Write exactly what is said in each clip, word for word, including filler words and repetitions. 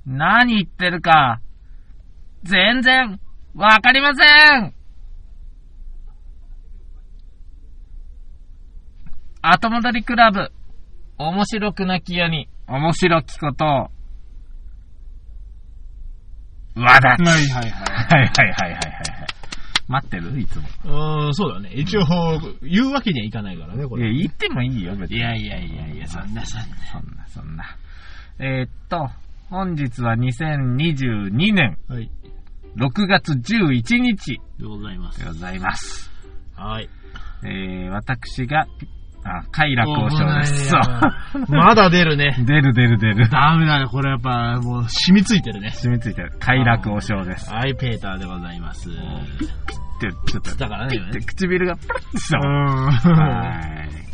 何言ってるか、全然、わかりません。後戻りクラブ、面白くなきように、面白きことを、わだち。 はいはいはい。 はいはいはいはいはい。待ってるいつも。 うーん、そうだね。一応、言うわけにはいかないからね、これ。 いや、言ってもいいよ、別に。 いやいやいやいや、そんなそんな。 そんなそんな。えー、っと、本日はにせんにじゅうにねん、はい、ろくがつじゅういちにちでございます。 でございます。 はい。 えー、私が、あ、快楽王将です。 まだ出るね。 出る出る出る。 ダメだね。これやっぱもう染みついてるね。 染みついてる。快楽王将です。 はい、ペーターでございます。ピッピッて、ちょっと、 だからね。 ピッて唇がプルッとした。はい。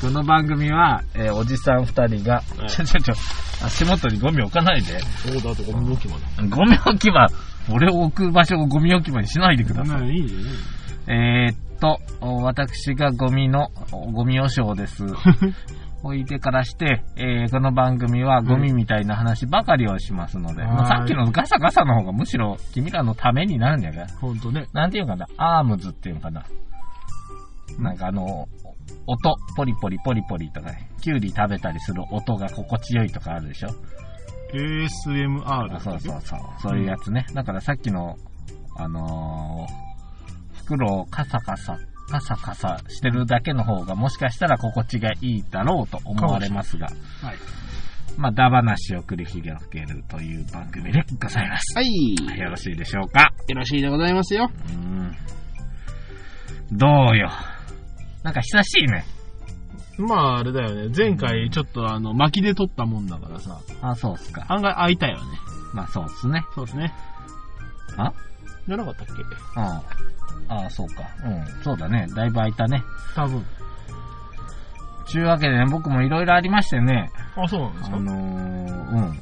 この番組は、えー、おじさん二人が、ちょちょちょ、足元にゴミ置かないで。 そうだとゴミ置き場だ。 ゴミ置き場、俺を置く場所をゴミ置き場にしないでください。 いいね。 えーっと、私がゴミの、ゴミ和尚です。置いてからして、えー、この番組はゴミみたいな話ばかりをしますので、うん、もうさっきのガサガサの方がむしろ君らのためになるんじゃないか。 ほんとね。 なんていうかな、アームズっていうのかな。なんかあの、音、ポリポリポリポリとかね、キュウリ食べたりする音が心地よいとかあるでしょ。 エーエスエムアール。 あ、そうそうそう。そういうやつね。だからさっきの、あのー、袋をカサカサ、カサカサしてるだけの方がもしかしたら心地がいいだろうと思われますが、はい。まあ、ダ話を繰り広げるという番組でございます。 はい。 よろしいでしょうか。 よろしいでございますよ。 うーん。どうよ。なんか久しいね。 まあ、あれだよね。前回ちょっとあの、巻きで撮ったもんだからさ。 あ、そうっすか。 案外空いたよね。 まあ、そうっすね。 そうですね。 あ？ じゃなかったっけ？ ああ。ああ、そうか。うん。そうだね。だいぶ空いたね。 多分。 ちゅうわけでね、僕もいろいろありましてね。 あ、そうなんですか？ あのー、うん。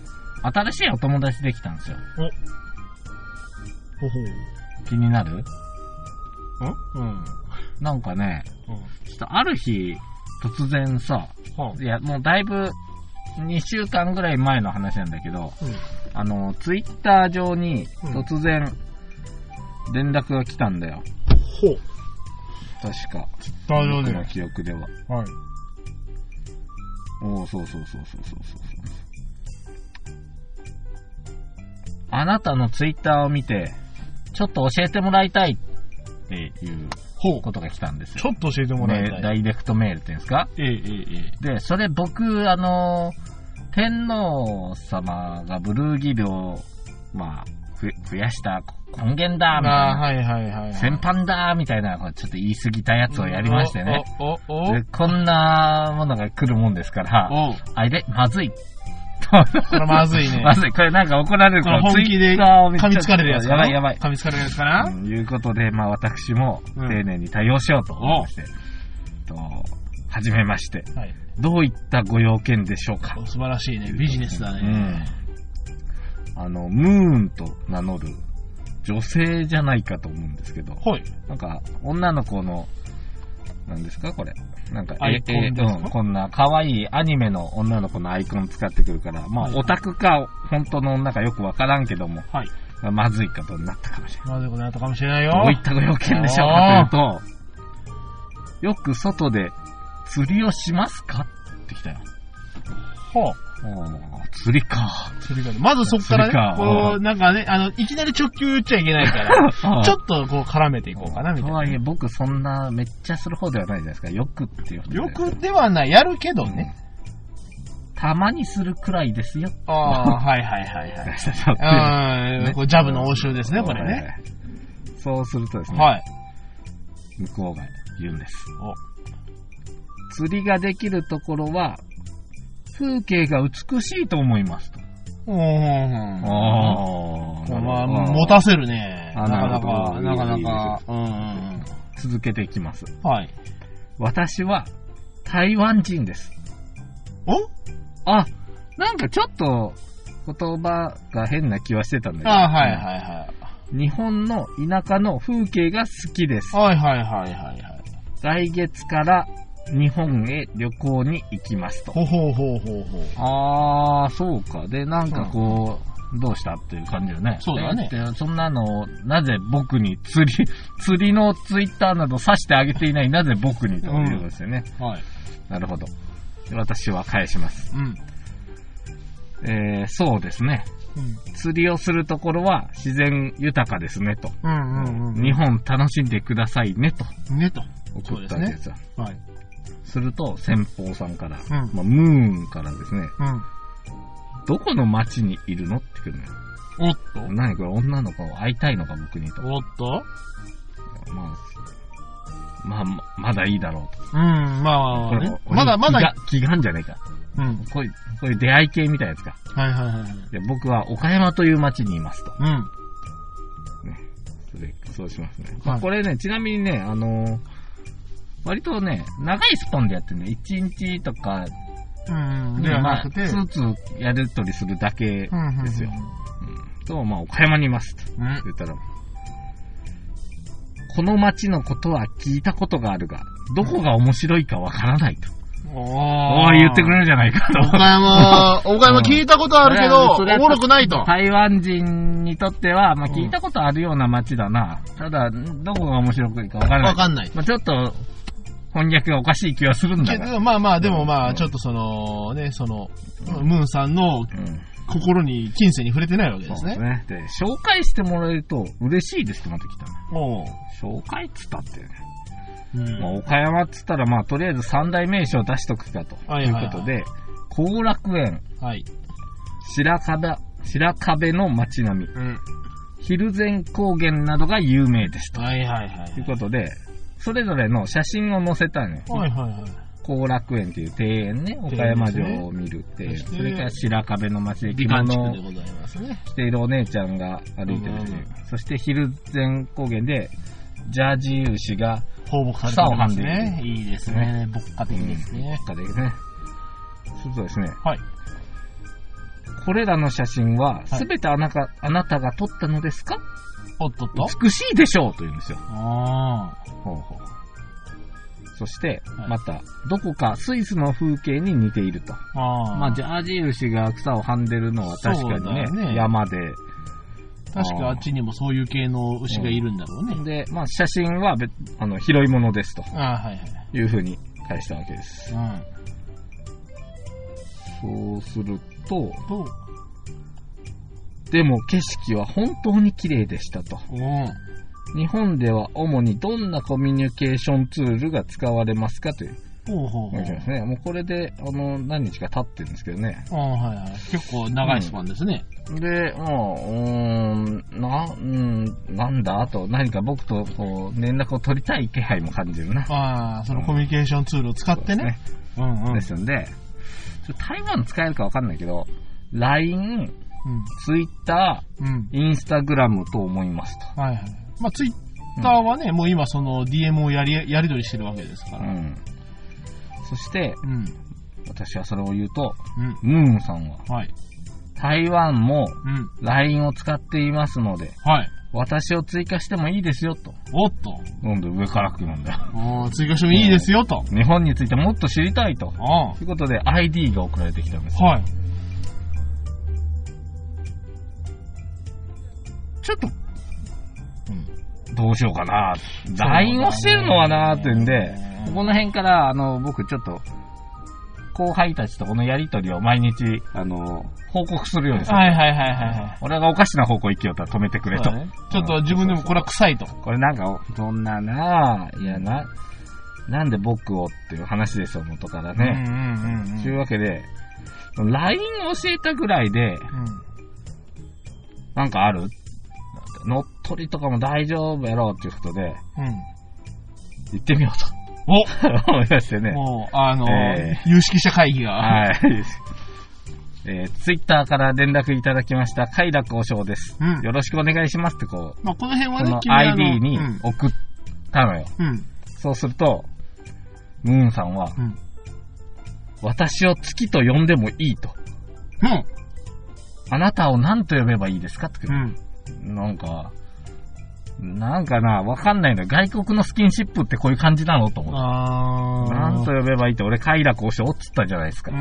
新しいお友達できたんですよ。 お。ほほう。 気になる？ ん？うん。 なんかね、 うん、 ちょっとある日、突然さ、はあ、いや、もうだいぶ、にしゅうかんぐらい前の話なんだけど、うん、あの、ツイッター上に突然、連絡が来たんだよ。 ほう。 確か。 ツイッター上で。 僕の記憶では。 はい。 おー、そうそうそうそうそうそうそう。あなたのツイッターを見て、ちょっと教えてもらいたいっていうことが来たんですよ。 ちょっと教えてもらいたい。 ね、ダイレクトメールっていうんですか？ ええええ。 で、それ僕、あの、天皇様がブルーギルを、まあ、ふ増やした根源だ、みたいな。 はいはいはい、はい。 戦犯だ、みたいな、ちょっと言い過ぎたやつをやりましてね。 おおおでこんなものが来るもんですから、あれ、まずい。 これまずいね。 まずい。これなんか怒られるから、 本気で噛みつかれるやつかな。 やばいやばい。 噛みつかれるやつかな。 と、うん、いうことで、まあ私も丁寧に対応しようと思いまして、うん、と始めまして、はい、どういったご用件でしょうか。 素晴らしいね。ビジネスだね。 うん、あの、ムーンと名乗る女性じゃないかと思うんですけど、 はい。 なんか、女の子の、なんですかこれ。なんか、 アイコンですか？ うん、こんな可愛いアニメの女の子のアイコン使ってくるから、まあ、はい、オタクか、本当の女かよくわからんけども、はい。まあ、まずいことになったかもしれない。 まずいことになったかもしれないよ。 どういったご用件でしょうかというと、よく外で釣りをしますかって来たよ。 はあ。 釣りか。 釣りか。まずそっからね、こう、なんかね、あの、いきなり直球言っちゃいけないから、ちょっとこう絡めていこうかな、みたいな。 とはいえ、僕そんなめっちゃする方ではないじゃないですか。よくっていう。 よくではない。やるけどね。 うん、たまにするくらいですよ。 ああ、はいはいはいはい。うん、こうジャブの応酬ですね、これね。 そうするとですね。 はい。 向こうが言うんです。お釣りができるところは、風景が美しいと思いますと。 おー。ああ。まあ、持たせるね。なかなか、なかなか。うん。 続けていきます。 はい。 私は台湾人です。 お？ あ、なんかちょっと言葉が変な気はしてたんだけど。 あ、はいはいはい。 日本の田舎の風景が好きです。 はいはいはいはいはい。 来月から日本へ旅行に行きますと。 ほほうほうほうほう。 あー、そうか。で、なんかこう、 どうしたっていう感じよね。 そうだね。 だってそんなの、なぜ僕に釣り、釣りのツイッターなど指してあげていない、なぜ僕にということですよね。 うん、はい。 なるほど。私は返します。 うん。 えー、そうですね。うん、釣りをするところは自然豊かですねと。 うんうんうん。 日本楽しんでくださいねと。 ねと。 送ったやつだ。 ね、はい。 すると、先方さんから、 うん、 まあ、ムーンからですね、 うん、 どこの町にいるのって来るのよ。 おっと何これ、女の子会いたいのか僕にと。 おっとまあ、まあ、まだいいだろうと。 うん、まあ、ね、まだまだ。 気があんじゃねえか。うん。こういう、こういう出会い系みたいなやつか。 はいはいはい。 で僕は岡山という町にいますと。 うん。 ね。それ、そうしますね。はい、まあ、これね、ちなみにね、あのー、割とね、長いスパンでやってるね。いちにちとか、 うん。ではなくて、 まあ、スーツやり取りするだけですよ。うんうんうん、と、まあ、岡山にいますと。うん、言ったら、この町のことは聞いたことがあるが、どこが面白いかわからないと。おー、言ってくれるじゃないかと。 岡山、岡山聞いたことあるけど、おもろくないと。 台湾人にとっては、まあ聞いたことあるような町だな。ただ、どこが面白いかわからない。 わかんない。 まあちょっと、翻訳がおかしい気はするんだが。 まあまあ、でもまあ、ちょっとその、ね、その、うん、ムーンさんの心に、近世に触れてないわけですね。 そうですね。で、紹介してもらえると嬉しいですってまた来たの。紹介っつったってね。うん、まあ、岡山っつったら、まあ、とりあえず三大名所を出しとくかと。はいはいはい、いうことで、後楽園、はい、白壁、白壁の街並み、うん、蒜山高原などが有名ですと。はいはいはいはい、ということで、それぞれの写真を載せたのよ。はいはいはい、後楽園という庭園ね、岡山城を見る庭園。そ, それから白壁の街で着物を着ているお姉ちゃんが歩いてる庭園。うんうん、そして蒜山高原で、ジャージー牛が放牧されてるんですね。いいですね。牧歌的ですね。 牧歌的ですね。そうですね。 はい。 これらの写真は、すべてあなた、はい、あなたが撮ったのですか？ おっとっと。 美しいでしょうと言うんですよ。 ああ。 ほうほう。そして、はい、また、どこかスイスの風景に似ていると。あまあ、ジャージー牛が草をはんでるのは確かにね、ね山で、 確かあっちにもそういう系の牛がいるんだろうね。 うん、で、まあ写真は別あの拾い物ですと。 あはいはい。 いうふうに返したわけです。うん、そうすると、とでも景色は本当に綺麗でしたと。うん、日本では主にどんなコミュニケーションツールが使われますかという。ほうほうほうですね、もうこれであの何日か経ってるんですけどね。 あはいはい、結構長いスパンですね。 うん、で、もう、うーん、な、うん、なんだと、何か僕とこう連絡を取りたい気配も感じるな。 ああ、そのコミュニケーションツールを使ってね。 うん、うん、ですんで、台湾使えるかわかんないけど、ライン、うん、Twitter、うん、Instagram と思いますと。 はいはい。まあ Twitter はね、うん、もう今その ディーエム をやりやり取りしてるわけですから。うん、 そして、うん、私はそれを言うと、うん、ムーンさんは、はい、台湾も ライン を使っていますので、はい、私を追加してもいいですよと。 おっと。 なんで上から来るんだよ。 あ追加してもいいですよと。 日本についてもっと知りたいと。あということで アイディー が送られてきたんですよ。はい。ちょっと、うん、どうしようかな。ライン をしてるのはなーってんで、この辺からあの僕ちょっと後輩たちとこのやりとりを毎日あの報告するようにする。 はいはいはいはい。 俺がおかしな方向行きよったら止めてくれと。ね、 ちょっと自分でもこれは臭いと。 これなんかそんななぁ、いやな、なんで僕をっていう話ですよ元からね。うんうんうんうん、というわけで ライン 教えたぐらいで、うん、なんかある？乗っ取りとかも大丈夫やろうっていうことで、うん、行ってみようと。お思いましてね。 もう、あのー、えー、有識者会議が。はい。 えー、ツイッターから連絡いただきました、快楽和尚です、うん。よろしくお願いしますってこう。 まあ、この辺はね、 この アイディー に送ったのよ。うん。そうすると、ムーンさんは、うん、私を月と呼んでもいいと。うん。あなたを何と呼べばいいですかって、うん、なんか、 なんかな、わかんないんだよ。外国のスキンシップってこういう感じなのと思って。 あー。 なんと呼べばいいって、俺快楽をしておっつったじゃないですか。 うん、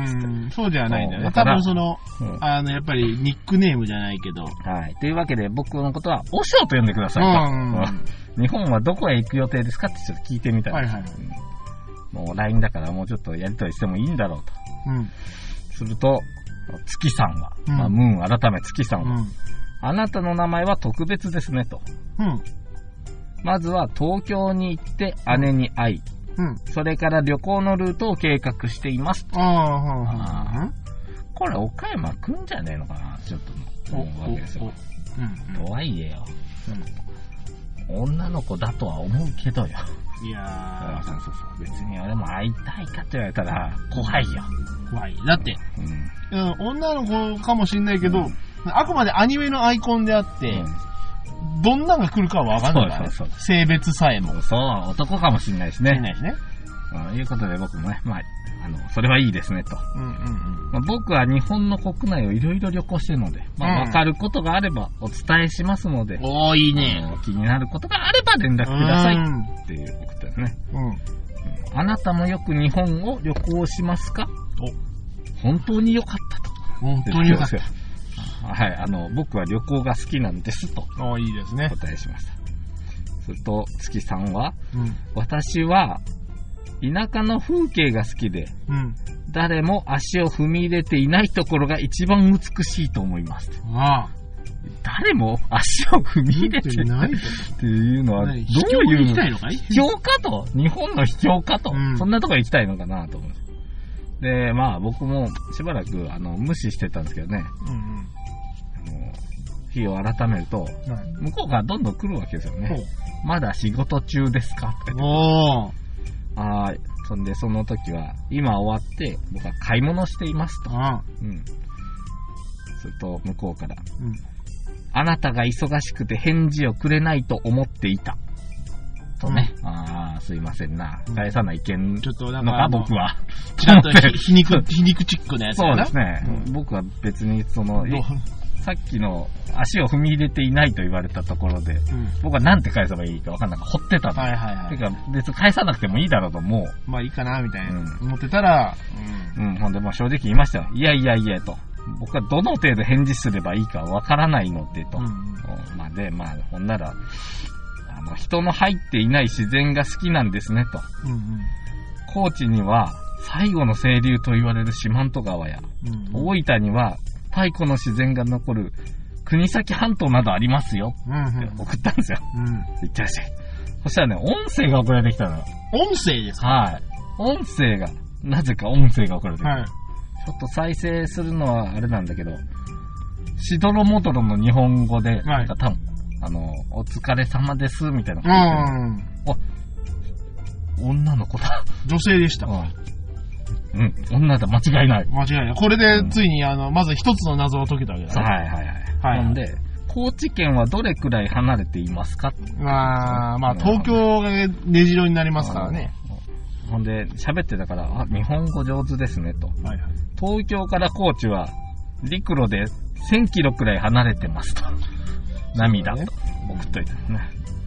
そうじゃないんだよね。多だから分その、 うん、 あの、やっぱりニックネームじゃないけど。 はい。というわけで、僕のことは、おしょうと呼んでくださいと。うん、日本はどこへ行く予定ですかってちょっと聞いてみたんです。はいはい。うん、もう ライン だからもうちょっとやりとりしてもいいんだろうと。うん。すると、月さんは、うん、まあ、ムーン改め月さんは、うん、あなたの名前は特別ですねと。うん。まずは東京に行って姉に会い、うん、それから旅行のルートを計画しています。ああ、はいはい。これ岡山来んじゃねえのかなちょっと思うわけですよ。うんうん、とはいえよ、うん、女の子だとは思うけどよ。いやー、そうそうそう。別に俺も会いたいかって言われたら怖いよ。 怖い。だって、うん、女の子かもしんないけど、うん、あくまでアニメのアイコンであって、うんどんなんが来るかはわかんないから、ね、そうそうそう性別さえも。 そう、男かもしれないしね。 しないしね。 ということで僕もね、まあ、あの、それはいいですね、と。うんうんうんまあ、僕は日本の国内をいろいろ旅行してるので、まあ、わかることがあればお伝えしますので、うん、 おー、いいね。 気になることがあれば連絡ください。っていうことですね。うん。あなたもよく日本を旅行しますか？お本当に良かったと。 本当に良かった。 はい、あの、僕は旅行が好きなんですと。 ああ、いいですね。 答えしました。すると、月さんは、うん、私は、田舎の風景が好きで、うん、誰も足を踏み入れていないところが一番美しいと思います。ああ誰も足を踏み入れていないっていうのは、どういう秘境に行きたいのかい？秘境かと日本の秘境かと、うん、そんなとこ行きたいのかなと思う。で、まあ僕もしばらくあの無視してたんですけどね。うんうん日を改めると、うん、向こうがどんどん来るわけですよね。まだ仕事中ですかって。おあそんでその時は今終わって僕は買い物していますと。うん、すると向こうから、うん、あなたが忙しくて返事をくれないと思っていたとね。うん、ああすいませんな返さないけんのか僕は。 ちょっと皮肉皮肉チックなやつそうですね。うん、僕は別にそのさっきの足を踏み入れていないと言われたところで、うん、僕はなんて返せばいいか分かんないから掘ってたの。はいはいはい。てか別に返さなくてもいいだろうと思う。 まあいいかなみたいな、うん、思ってたら、 うん、うん、ほんでもう正直言いましたよ。いやいやいやと。僕はどの程度返事すればいいか分からないのでと。うん、まあで、まあほんなら、あの人の入っていない自然が好きなんですねと。うんうん、高知には最後の清流と言われる四万十川や、うんうん、大分には太古の自然が残る国東半島などありますよって送ったんですよ。うん、言ってらっしゃい。そしたらね、音声が送られてきたのよ。 音声ですか？ はい。音声が、なぜか音声が送られてきた。はい、ちょっと再生するのはあれなんだけど、しどろもどろの日本語で、はい、なんか多分、あの、お疲れ様ですみたいな。うん。あ、女の子だ。 女性でした。うんうん、女だ、間違いない。 間違いない。これで、ついに、あの、まず一つの謎を解けたわけだね。 はいはいはい。はい、ほんで、高知県はどれくらい離れていますか？ まあ、まあ、東京が根城になりますからね。 ほんで、喋ってたから、あ、日本語上手ですね、と。はいはい、東京から高知は、陸路でせんキロくらい離れてますと。涙と送っといたね。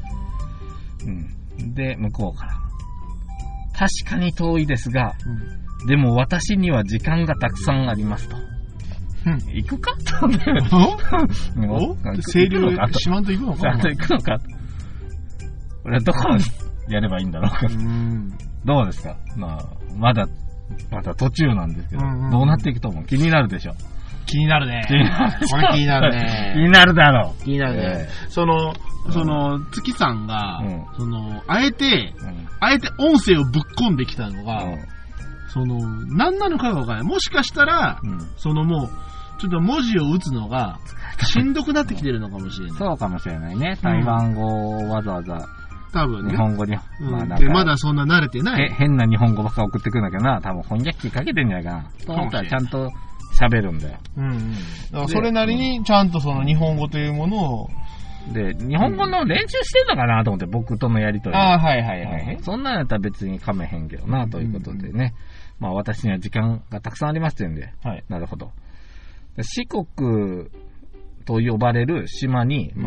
うん。で、向こうから。確かに遠いですが、うんでも私には時間がたくさんありますと。うん、行くかと。 お清流四万十行くのか。 四万十行くのか。俺はどこにやればいいんだろうか。うんどうですか。まあまだまだ途中なんですけど、うんうん、どうなっていくと思う。気になるでしょ。 気になるね。 気になる。 これ気になるね。 気になるだろう。 気になるね。えー、そのその月さんが、うん、そのあえて、うん、あえて音声をぶっ込んできたのが。うんその、何なのかがわからない。もしかしたら、うん、そのもう、ちょっと文字を打つのが、しんどくなってきてるのかもしれない。 そうかもしれないね。台湾語をわざわざ、 多分ね。 日本語に、 うん、まあなんかで、まだそんな慣れてない。 変な日本語ばっか送ってくるんだけどな、多分翻訳機かけてんじゃないかな。と思ったらちゃんと喋るんだよ。うんうん。だからそれなりにちゃんとその日本語というものを、 で、日本語の練習してんのかなと思って、僕とのやりとり。 ああ、はいはいはい。 そんなんやったら別に噛めへんけどな、ということでね。まあ私には時間がたくさんありますって言うんで、はい、なるほど。四国と呼ばれる島に、うん、ま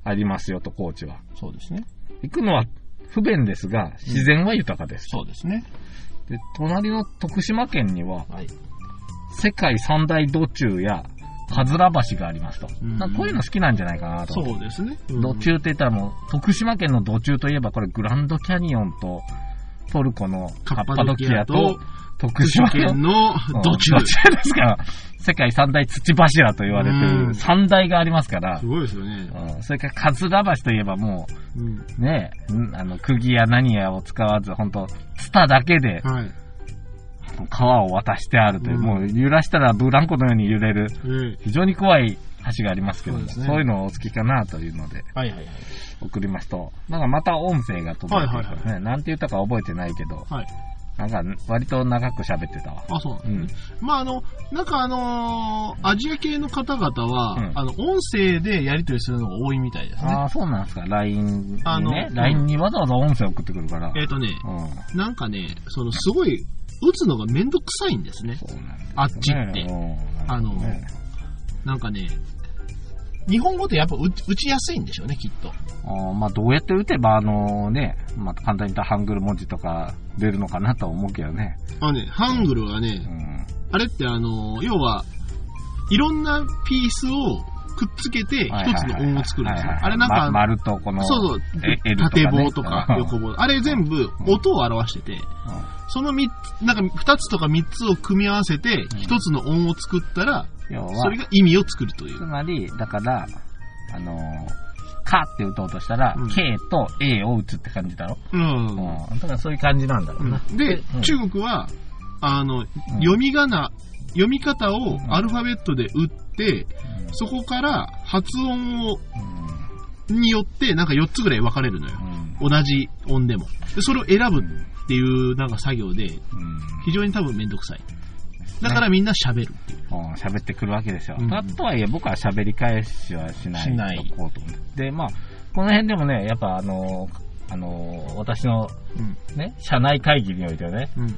ありますよと、高知は。 そうですね。 行くのは不便ですが、自然は豊かです。 うん、そうですね。 で、隣の徳島県には、はい、世界三大土中や、かずら橋がありますと。うん、こういうの好きなんじゃないかなと。 そうですね。 うん、土中って言ったらもう、徳島県の土中といえば、これグランドキャニオンと、トルコのカッパドキアと、徳島県の土中ですから、世界三大土柱と言われている三大がありますから。 すごいですよね。 うん、それからかずら橋といえばもう、うん、ね、あの、釘や何やを使わず、本当ツタだけで、はい、川を渡してあるという、うん、もう揺らしたらブランコのように揺れる、うん、非常に怖い橋がありますけども、そう、ね、そういうのをお好きかなというので、はいはいはい、送りますと、なんかまた音声が届いてるからね、はいはいはい、なんて言ったか覚えてないけど、はい、なんか割と長く喋ってたわ。 あ、そうなんですね。うん、まああの、なんかあのー、アジア系の方々は、うん、あの、音声でやり取りするのが多いみたいですね。 ああ、そうなんですか。ライン にね、あの、ライン にわざわざ音声送ってくるから。 えっ、ー、とね、うん、なんかね、そのすごい、打つのがめんどくさいんですね。そうなんですね。あっちって。あの、ね、なんかね、日本語ってやっぱ打ちやすいんでしょうね、きっと。 あ、まあ、どうやって打てば、あのね、まあ、簡単に言ったらハングル文字とか出るのかなとは思うけどね。 あね、ハングルはね、うん、あれってあの、要は、いろんなピースをくっつけて一つの音を作るんですよ。あれなんか、ま、 丸とこの、 そうそう、縦棒とか横棒。あれ全部音を表してて、うん、そのみなんか二つとか三つを組み合わせて一つの音を作ったら、要はそれが意味を作るという。 つまり、だから、あのー、かって打とうとしたら、うん、K と A を打つって感じだろ。うん。うん、だからそういう感じなんだろうな。 うん、で、うん、中国は、あの、うん、読み仮名、読み方をアルファベットで打って、うん、そこから発音を、うん、によってなんかよっつぐらい分かれるのよ。うん、同じ音でも。で、それを選ぶっていうなんか作業で、うん、非常に多分めんどくさい。だからみんな喋るっていう。 喋ってくるわけですよ。うん、とはいえ僕は喋り返しはしない。しない。で、まあ、この辺でもね、やっぱあの、あの、私の、ね、うん、社内会議においてはね、うん、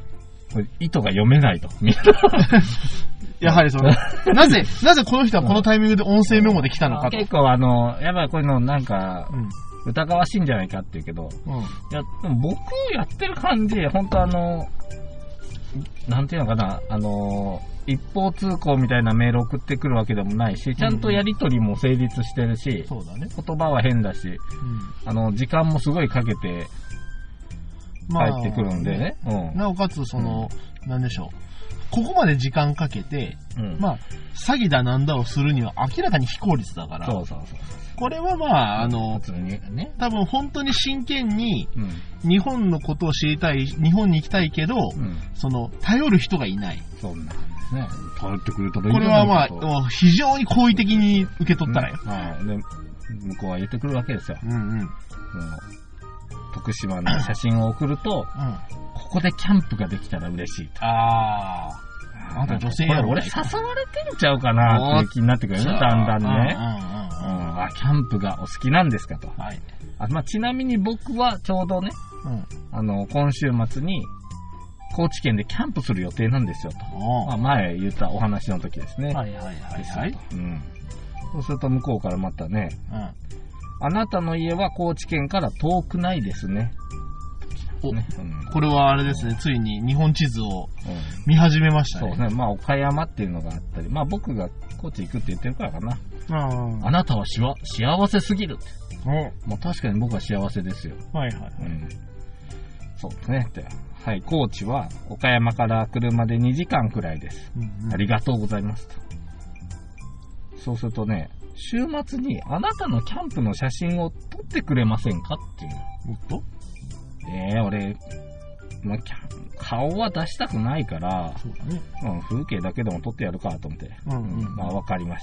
意図が読めないと。 やはりその、なぜ、なぜこの人はこのタイミングで音声メモで来たのかと。 結構あの、やっぱりこういうのなんか、うん、疑わしいんじゃないかっていうけど、うん、いや、でも僕やってる感じ、本当あの、なんていうのかな、あのー、一方通行みたいなメール送ってくるわけでもないし、ちゃんとやりとりも成立してるし、うん、そうだね、言葉は変だし、うん、あの、時間もすごいかけて帰ってくるんでね。 まあ、うん、なおかつ、その、うん、なんでしょう。ここまで時間かけて、うん、まあ、詐欺だなんだをするには明らかに非効率だから、そうそうそう、これはまあ、あの、普通にね、多分本当に真剣に日本のことを知りたい、日本に行きたいけど、うん、その、頼る人がいない。そうなんですね。 頼ってくれたらいいこれはまあ、非常に好意的に受け取ったらよ。 うん、はい。で、向こうは言ってくるわけですよ。うんうん。徳島の写真を送ると、うん、ここでキャンプができたら嬉しいと。ああ。 あんた女性やろ。 俺誘われてんちゃうかなっていう気になってくるね、だんだんね。うんうんうんうん、あ、キャンプがお好きなんですかと。はい。あ、まあ、ちなみに僕はちょうどね、うん、あの、今週末に、高知県でキャンプする予定なんですよと。まあ、前言ったお話の時ですね。はいはいはいはい。うん。そうすると向こうからまたね、うん、あなたの家は高知県から遠くないですね。 お、ね、うん、これはあれですね、ついに日本地図を見始めましたね。 うん、そうですね。まあ、岡山っていうのがあったり、まあ僕が高知行くって言ってるからかな。あ, あなたはしわ幸せすぎるって。まあ確かに僕は幸せですよ。はいはいはい。うん、そうですね。はい、高知は岡山から車でにじかんくらいです。うんうん、ありがとうございますと。そうするとね、週末にあなたのキャンプの写真を撮ってくれませんかっていう。おっとええー、俺、まあ、顔は出したくないから、そうだね、うん、風景だけでも撮ってやるかと思って。うんうんうん、まあ、わかりました。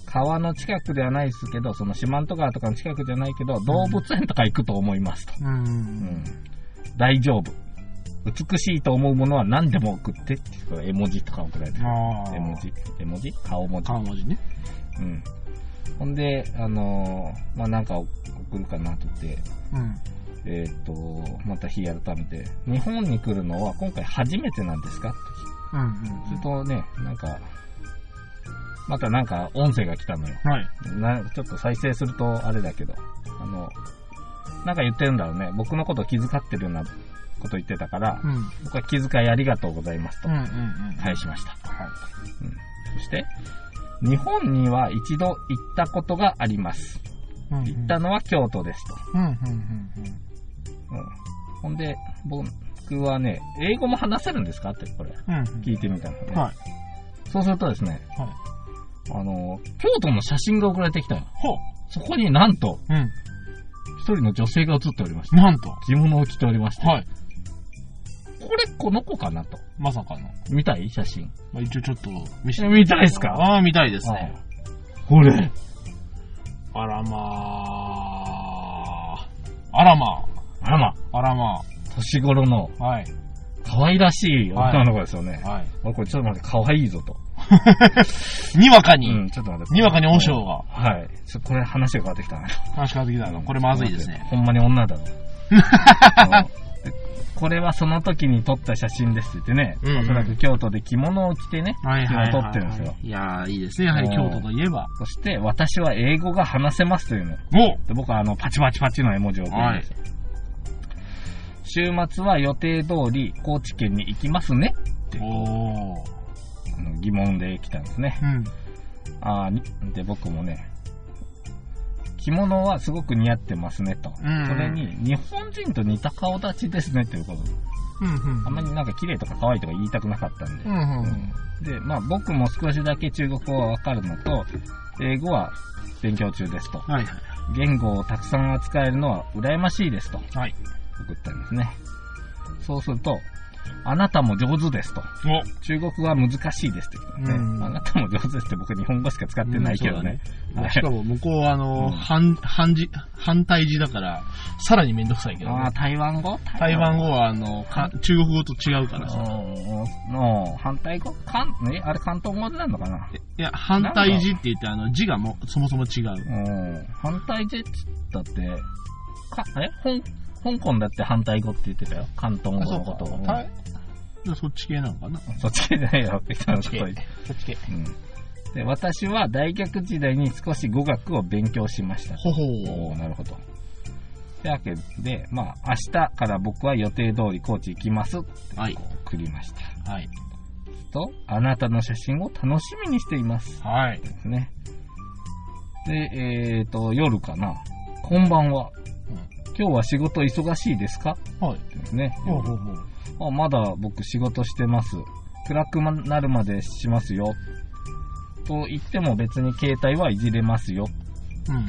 川の近くではないですけど、その四万十川とかの近くじゃないけど、動物園とか行くと思いますと。うんうんうん、大丈夫。美しいと思うものは何でも送ってって、絵文字とか送られてる。絵文字絵文字顔文字。 顔文字ね。 うん。ほんで、あのー、まあ、なんか送るかなと思って、うん。えっ、ー、と、また日改めて、日本に来るのは今回初めてなんですかって聞いて、うんうんうん、するとね、なんか、 またなんか音声が来たのよ。 はい。 なちょっと再生するとあれだけど、あの、なんか言ってるんだろうね。僕のことを気遣ってるようなこと言ってたから、うん、僕は気遣いありがとうございますと返しました。はい。うん、そして、日本には一度行ったことがあります。うんうん、行ったのは京都ですと。うんうんうんうんうん、ほんで、僕はね、英語も話せるんですかってこれ、うんうん、聞いてみたのね。はい。そうするとですね、はい、あの、京都の写真が送られてきたよ。ほう。そこになんと、うん、一人の女性が写っておりました。 なんと着物を着ておりまして。はい。これ、この子かなと。 まさかの。 見たい写真。 まあ、一応ちょっと見せて。見たいですか？ ああ、見たいですね。 これ。 あらまあ。あらまあ。 あらまあ。 あらまあ。 年頃の。はい。可愛らしい女の子ですよね。はい。俺これちょっと待って、可愛いぞと。 にわかに。 うん、ちょっと待って。 にわかに和尚が。 はい。ちょこれ話が変わってきたな。 話変わってきたの。これまずいですね。 ほんまに女だろ。これはその時に撮った写真ですって言ってね、うんうん、おそらく京都で着物を着てね、はいはいはいはい、撮ってるんですよ。 いやー、いいですね、やはり京都といえば。 そして、私は英語が話せますというの。で僕はあの、パチパチパチの絵文字を送るんですよ。はい、週末は予定通り高知県に行きますねっておあの疑問で来たんですね。うん、あで、僕もね、着物はすごく似合ってますねと。うんうん、それに、日本人と似た顔立ちですねっていうこと。うんうん、あんまりなんか綺麗とか可愛いとか言いたくなかったんで。うんうんうん、で、まあ僕も少しだけ中国語がわかるのと、英語は勉強中ですと。はいはい、言語をたくさん扱えるのは羨ましいですと。はい、送ったんですね。そうすると、あなたも上手ですと。中国語は難しいですって言ってね、うん。あなたも上手ですって僕日本語しか使ってないけどね。 うんねしかも向こうはあの、うん、反、反字、反対字だから、さらにめんどくさいけど、ね。 ああ、台湾語台湾語はあの、中国語と違うからさ。 の反対語かん、ね、あれ関東語でなるのかな？ いや、反対字って言ってあの、字がもそもそも違う。 うん。反対字って言ったって、か、え香香港だって反対語って言ってたよ。関東語のことを。 はい。そっち系なのかな？ そっち系じゃないよ。そっち系。そっち系。うん。 で、私は大学時代に少し語学を勉強しました。ほほー。なるほど。というわけで、まあ、明日から僕は予定通り高知行きますって、はい、送りました。はい。と、あなたの写真を楽しみにしています。はい。ですね。で、えっと、夜かな。こんばんは。今日は仕事忙しいですか？はい。ですね。ほうほうほう。あ、まだ僕仕事してます。暗くなるまでしますよ。と言っても別に携帯はいじれますよ。うん。うん、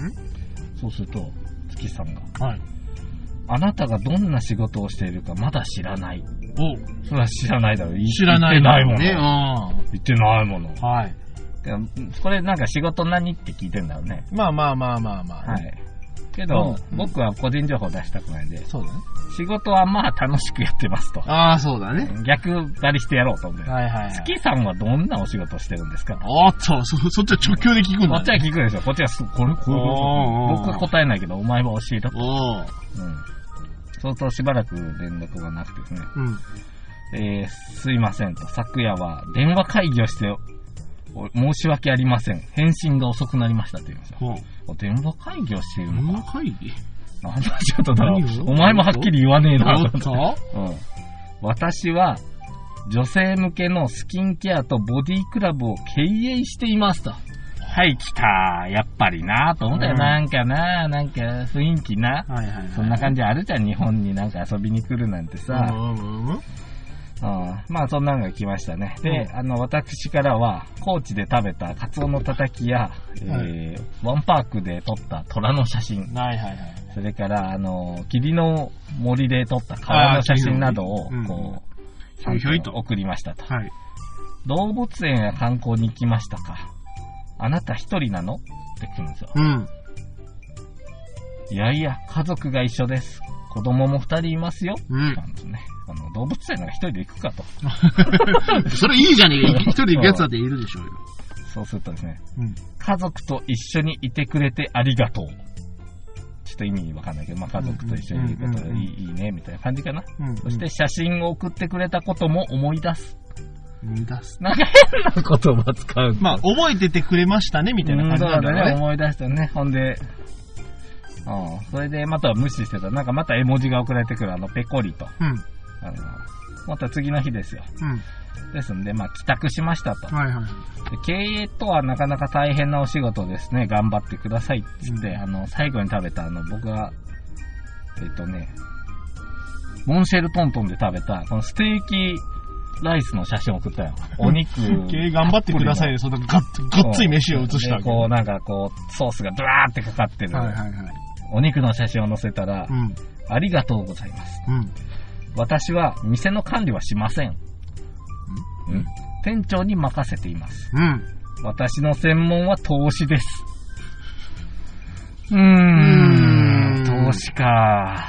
そうすると、月さんが。はい。あなたがどんな仕事をしているかまだ知らない。お、それは知らないだろう。 知らないだろうね。 言ってないもの。はい。これなんか仕事何って聞いてんだろうね。 まあまあまあまあまあ。はい。 けど、うん、僕は個人情報出したくないんで。そうだね。仕事はまあ楽しくやってますと。 ああ、そうだね。 逆張りしてやろうと思って。はいはい、はい。月さんはどんなお仕事してるんですか？ おっと、そ、そっちは直球で聞くんだ、ね。 こっちは聞くでしょ。こっちはす、これ、これ、僕は答えないけど、お前は教えろと。おうん。相当しばらく連絡がなくてですね。うん。えー、すいませんと。昨夜は電話会議をして、申し訳ありません。返信が遅くなりましたって言うんですよ。電話会議をしているのか。 電話会議なんだちょっとだろう。お前もはっきり言わねえな。とうん。私は、女性向けのスキンケアとボディクラブを経営していますと。はい、来た。やっぱりなと思ったよ。うん、なんかななんか雰囲気な、はいはいはい。そんな感じあるじゃん。日本になんか遊びに来るなんてさ。うんうんうんうん、まあそんなのが来ましたね。で、うん、あの私からは高知で食べたカツオのたたきや、はい、えー、ワンパークで撮った虎の写真、はいはいはい、それからあの霧の森で撮った川の写真などをこう、ひょいひょいと送りましたと、はい。動物園や観光に行きましたか？あなた一人なの？って来るんですよ。うん、いやいや家族が一緒です。子供も二人いますよ。うん。なんですね。あの、動物園なんか一人で行くかと。 それいいじゃねえか。一人で行くやつだっているでしょうよ。 そうするとですね、うん、家族と一緒にいてくれてありがとう。ちょっと意味わかんないけど、まあ、家族と一緒にいることがいいね、みたいな感じかな、うんうん。そして写真を送ってくれたことも思い出す。 思い出す。 なんか変な言葉使う。 まあ、覚えててくれましたね、みたいな感じなんだろうね。 ね、思い出したね。ほんで、うん。それで、また無視してた。なんかまた絵文字が送られてくる、あの、ペコリと。うん。あの、また次の日ですよ。うん。ですんで、まあ、帰宅しましたと。はいはい。で経営とはなかなか大変なお仕事ですね。頑張ってくださいって言って、うん、あの、最後に食べた、あの、僕が、えっとね、モンシェルトントンで食べた、このステーキライスの写真を送ったよ。お肉。 経営頑張ってくださいね。そんなガッ、ガッツい飯を写したわけ。 こう、なんかこう、ソースがドワーってかかってる。はいはいはい。お肉の写真を載せたら、うん、ありがとうございます。うん、私は店の管理はしません。うん、店長に任せています。うん、私の専門は投資です。うーん、投資か。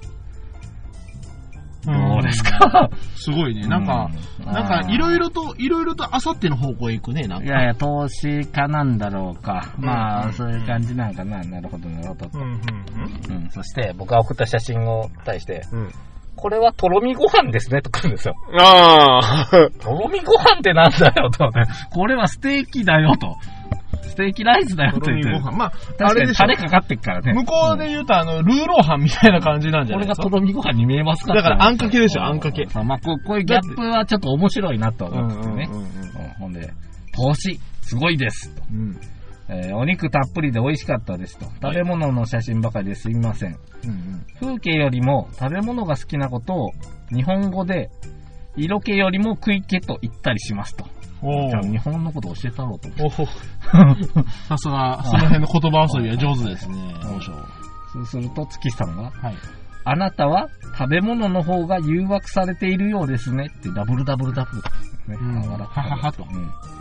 どうですか？ すごいね。なんか、なんか、いろいろと、いろいろとあさっての方向へ行くね、なんか。 いやいや、投資家なんだろうか。まあ、そういう感じなんかな。なるほど、なるほど。うん、うん、うん。そして、僕が送った写真を対して、うん、これはとろみご飯ですね、とか言うんですよ。ああ。とろみご飯ってなんだよ、と。これはステーキだよ、と。ステーキライスだよって言って。まあ、あれでタレかかってっからね。 向こうで言うと、あの、ルーローハンみたいな感じなんじゃないですか。 これがとろみご飯に見えますか？ だから、あんかけでしょ、あんかけ。 まあ、こういうギャップはちょっと面白いなと思ってね。ほんで、投資、すごいです。とうんえー、お肉たっぷりで美味しかったですと。食べ物の写真ばかりですみません。うんうん、風景よりも食べ物が好きなことを日本語で色気よりも食い気と言ったりしますと。じゃあ日本のこと教えたろうと思って。 さすが、その辺の言葉遊びは上手ですね。 そうすると月さんが、はい、あなたは食べ物の方が誘惑されているようですねってダブルダブルダブルね。うん、はははと。うん。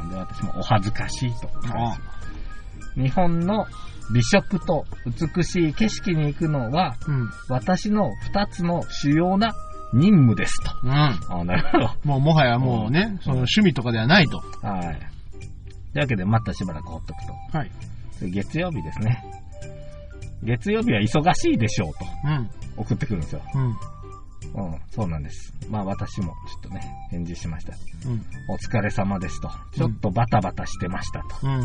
で私もお恥ずかしいと。日本の美食と美しい景色に行くのは、うん、私の二つの主要な任務ですと。うん。あ、なるほど。 もうもはやもうね、うん、その趣味とかではないと。 はい。というわけで、またしばらく放っとくと。はい。月曜日ですね。月曜日は忙しいでしょうと。うん。送ってくるんですよ。うん。うん、そうなんです。まあ私もちょっとね、返事しました。うん。お疲れ様ですと。ちょっとバタバタしてましたと。うん。うん。うん。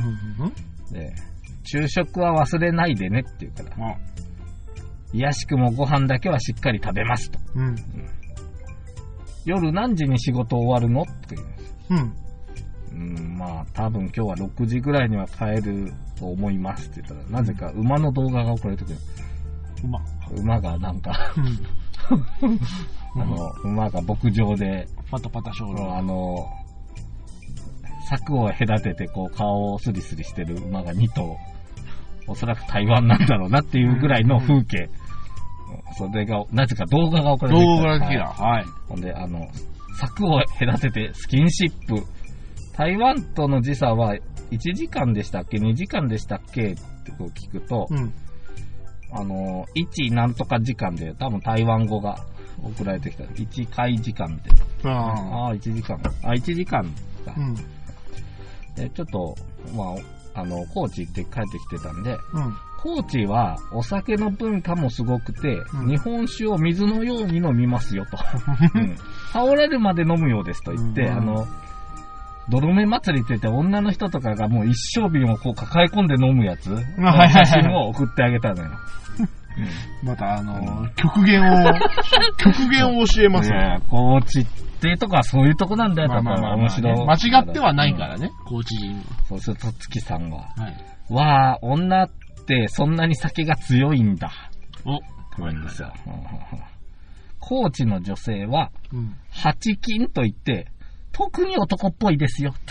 で、昼食は忘れないでねって言うから。うん。いやしくもご飯だけはしっかり食べますと。うん。うん、夜何時に仕事終わるのって言うんです。うん。うん、まあ多分今日はろくじぐらいには帰ると思いますって言ったら、なぜか馬の動画が送られてくる。馬馬がなんか、うん、あの、馬が牧場で、 パタパタショール。 あの、柵を隔ててこう顔をスリスリしてる馬がに頭。おそらく台湾なんだろうなっていうぐらいの風景。うんうん、それが、なぜか動画が送られてきた。 動画が来た。はい。 ほんで、あの、柵を隔ててスキンシップ。台湾との時差はいちじかんでしたっけ ?に 時間でしたっけってこう聞くと、うん、あの、いちなんとか時間で多分台湾語が送られてきた。いち回時間みたいな。ああ、いちじかん。あ、いちじかんか。うん、でちょっと、まあ、あの、高知行って帰ってきてたんで、うん、高知はお酒の文化もすごくて、うん、日本酒を水のように飲みますよと。うん、倒れるまで飲むようですと言って、うん、あの、泥目祭りって言って女の人とかがもう一升瓶をこう抱え込んで飲むやつの写真を送ってあげたのよ。 うん、またあのーうん、極限を、極限を教えますね。いや、 高知っていうとこはそういうとこなんだよ、まあまあまあまあ、面白い。 間違ってはないからね、うん、高知人。 そうすると月さんは、はい、わあ、女ってそんなに酒が強いんだ。お、というんですよ。高知の女性は、うん、八金と言って、特に男っぽいですよって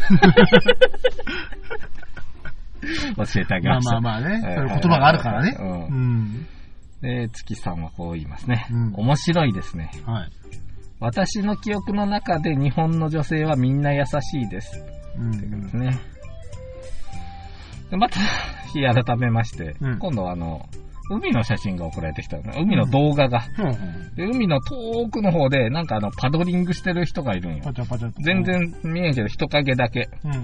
教えてあげました。 まあまあまあね、そういう言葉があるからね。うんうん、で、月さんはこう言いますね。うん、面白いですね、はい。私の記憶の中で日本の女性はみんな優しいです。うん、ってことですね。でまた日改めまして、うん、今度はあの海の写真が送られてきたの。海の動画が、うん、で海の遠くの方でなんかあのパドリングしてる人がいるんよ。パチャパチャ全然見えんけど人影だけ、うんうん、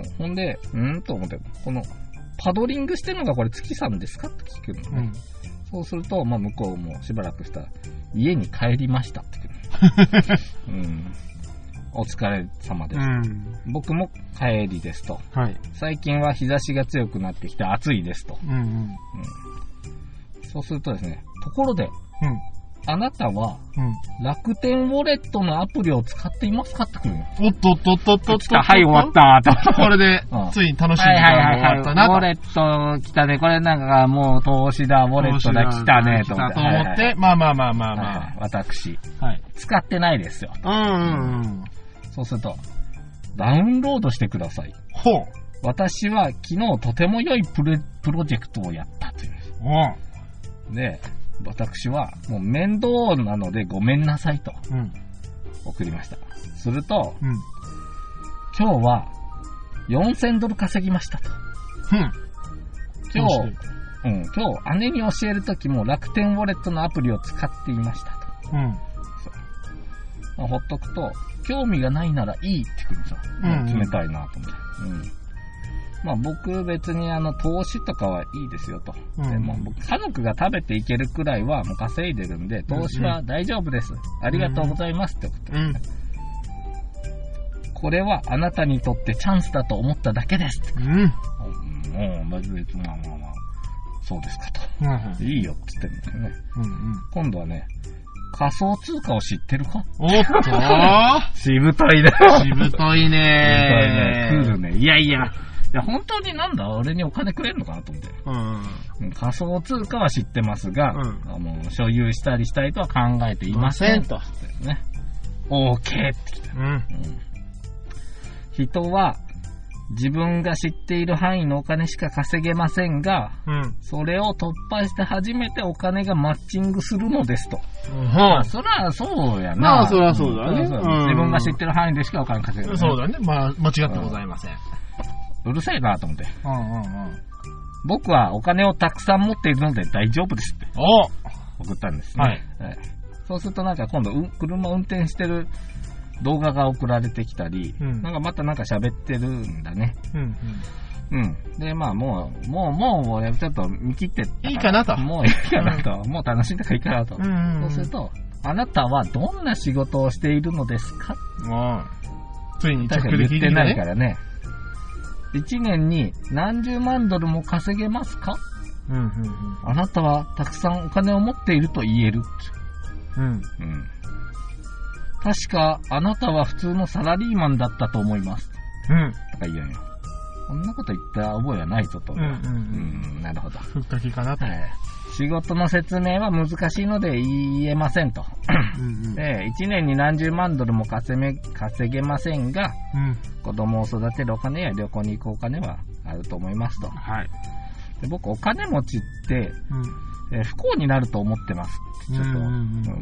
ほんでんと思ってこのパドリングしてるのがこれ月さんですかって聞くのね、うん、そうすると、まあ、向こうもしばらくしたら家に帰りましたって聞くの、うん、 お疲れ様です。 うん、 僕も帰りですと。はい。最近は日差しが強くなってきて暑いですと。うんうん。うん、そうするとですね、ところで、うん、あなたは、うん、楽天ウォレットのアプリを使っていますかってくるの。 おっとっとっとっとっと。 はい、終わったと。 これで、ついに楽しい時間が終わったなと。 ウォレット来たね。これなんかもう投資だ、ウォレットだ、来たね、と思って。 と思って、まあまあまあまあまあ。 私、はい、使ってないですよ。 うんうんうん。 そうすると、ダウンロードしてください。 ほう。 私は昨日とても良いプロ、プロジェクトをやったという。うん。で、私はもう面倒なのでごめんなさいと、うん、送りました。すると、うん、今日はよんせんドル稼ぎましたと。うん、今日、うん、今日姉に教えるときも楽天ウォレットのアプリを使っていましたと。うん、まあ、ほっとくと興味がないならいいってくるんですよ。うんうん、冷たいなと思って。うんまあ僕別にあの投資とかはいいですよと。うん、でも僕家族が食べていけるくらいはもう稼いでるんで、投資は大丈夫です。うん、ありがとうございますってこと、うん。これはあなたにとってチャンスだと思っただけですって。うん。もう、まず別にまあまあまあ、そうですかと。うん、いいよって言ってるんですよね。うんうん、今度はね、仮想通貨を知ってるか？ おっとしぶといね。 しぶといね。 しぶといね。クールね。いやいや。いや、本当になんだ俺にお金くれるのかなと思って。うん、仮想通貨は知ってますが、うん、あの所有したりしたいとは考えていません。と。ね。OK ってきた、うんうん。人は自分が知っている範囲のお金しか稼げませんが、うん、それを突破して初めてお金がマッチングするのですと。うんまあ、そりゃそうやな。 まあ、そりゃそうだね、うん。 自分が知ってる範囲でしかお金稼げない、 そうだね。まあ、間違ってございません。 うるせえなと思って、うんうんうん。僕はお金をたくさん持っているので大丈夫ですって送ったんですね。はいはい、そうするとなんか今度、うん、車運転してる動画が送られてきたり、うん、なんかまたなんか喋ってるんだね。うんうん。うん。で、まあもう、もう、もう、もうちょっと見切っていいかなと。 もういいかなと。うん、もう楽しんだからいいかなと。うんうんうん、そうすると、あなたはどんな仕事をしているのですか？ もう、ついに直で聞いてないからね。いちねんに何十万ドルも稼げますか？うんうんうん、あなたはたくさんお金を持っていると言える。うんうん、確かあなたは普通のサラリーマンだったと思います。うん。とか言うよ。こんなこと言った覚えはないぞと。うんうんうんうん、なるほど。 ふっかけかなと、はい。 仕事の説明は難しいので言えませんと。うんうん、で、いちねんに何十万ドルも稼め、稼げませんが、うん、子供を育てるお金や旅行に行くお金はあると思いますと。はい、で僕、お金持ちって、うんえー、不幸になると思ってます。ちょっと、うんうんうん、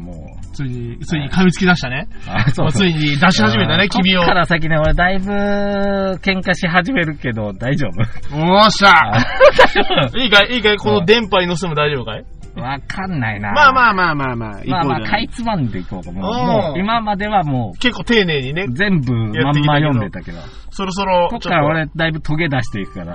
もう。 ついに、ついに噛みつき出したね。あそうそうもうついに出し始めたね、君を。 こっから先ね、俺だいぶ喧嘩し始めるけど、大丈夫？ おーしゃいいかいいいかいこの電波に乗せても大丈夫かい？ わかんないな。 まあまあまあまあまあ。 まあまあ、かいつまんでいこうと思う。もう、今まではもう。 結構丁寧にね。 全部まんま読んでたけど。 そろそろ。 こっから俺、だいぶトゲ出していくから。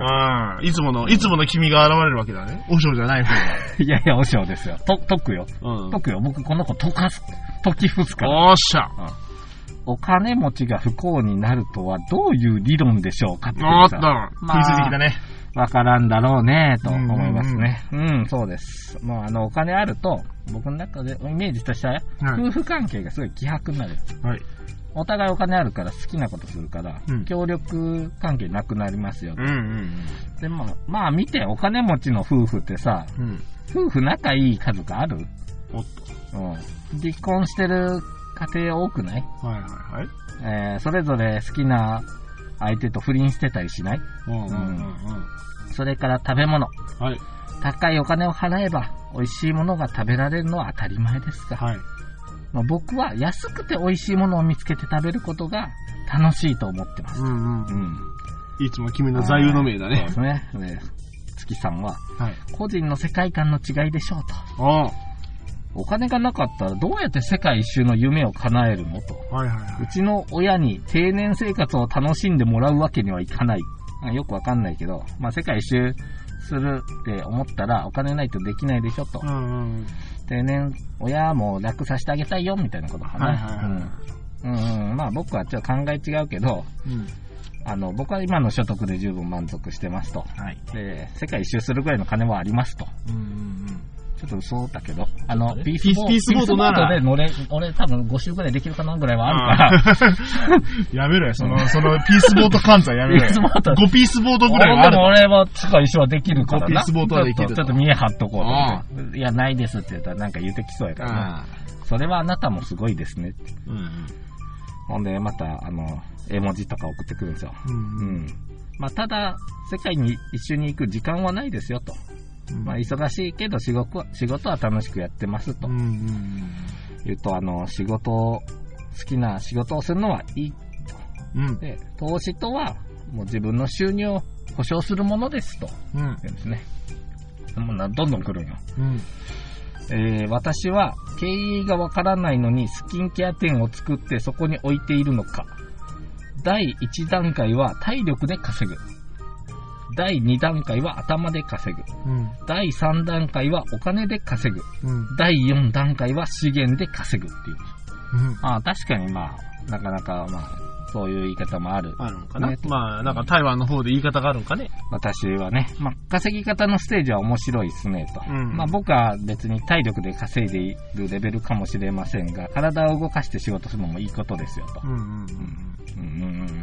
うん。いつもの、いつもの君が現れるわけだね。おしょうじゃない方が。 いやいや、おしょうですよ。と、解くよ。うん。解くよ。僕、この子解かす、解き伏すから。 おっしゃ。うん。 お金持ちが不幸になるとはどういう理論でしょうかっておっと。食いついてきたね。 わからんだろうねと思いますね。うん、うんうん、そうです。もうあの、お金あると、僕の中でイメージとしては、はい、夫婦関係がすごい希薄になる。はい。お互いお金あるから好きなことするから、うん、協力関係なくなりますよ。うんうんうん、でも、まあ見て、お金持ちの夫婦ってさ、うん、夫婦仲いい家族ある？ おっと。 うん。離婚してる家庭多くない？ はいはいはい。 えー、それぞれ好きな相手と不倫してたりしない？うんうんうんうん。それから食べ物。はい。高いお金を払えば美味しいものが食べられるのは当たり前ですが、はい。まあ、僕は安くて美味しいものを見つけて食べることが楽しいと思ってます。うんうんうん。 いつも君の座右の銘だね。 そうですね。ね月さんは、はい、個人の世界観の違いでしょうと。ああ。お金がなかったらどうやって世界一周の夢を叶えるのと。はいはいはい。うちの親に定年生活を楽しんでもらうわけにはいかない。よくわかんないけど、まあ世界一周するって思ったらお金ないとできないでしょと。うんうん、定年、親も楽させてあげたいよみたいなことかな。はいはいはい、うん。 うん、うん、まあ僕はちょっと考え違うけど、うん、あの、僕は今の所得で十分満足してますと。はい。で、世界一周するぐらいの金はありますと。うんうんうん。ちょっと嘘だけど、あの、ピースボート、ピースボートなら、で乗れ、俺多分ご周ぐらいできるかなぐらいはあるから。 やめろよ、その、その、ピースボート換算やめろよ。ピースボート。ごピースボートぐらいはある。 でも俺は世界一周はできるからな。ごピースボートはできる。 ちょっと見え張っとこうと思って。いや、ないですって言ったらなんか言うてきそうやからな。それはあなたもすごいですねって。うんうん。ほんで、また、あの、絵文字とか送ってくるんですよ。うん、うん。まあ、ただ、世界に一緒に行く時間はないですよと。うん、まあ、忙しいけど仕事は、仕事は楽しくやってますと。うんうんうん、言うと、あの、仕事を、好きな仕事をするのはいいと。うん、で、投資とは、もう自分の収入を保証するものですと。うん。ですね。もうなどんどん来るんよ。うんえー、私は経営がわからないのにスキンケア店を作ってそこに置いているのか。だいいち段階は体力で稼ぐ。だいに段階は頭で稼ぐ。うん、だいさん段階はお金で稼ぐ。うん、だいよん段階は資源で稼ぐっていう。うん、ああ確かにまあ、なかなかまあ、そういう言い方もある。 あるのかな、ね、まあ、なんか台湾の方で言い方があるんかね。 私はね、まあ、稼ぎ方のステージは面白いっすねと。うん、まあ、僕は別に体力で稼いでいるレベルかもしれませんが、体を動かして仕事するのもいいことですよと。うんうんうん。うんうんうん。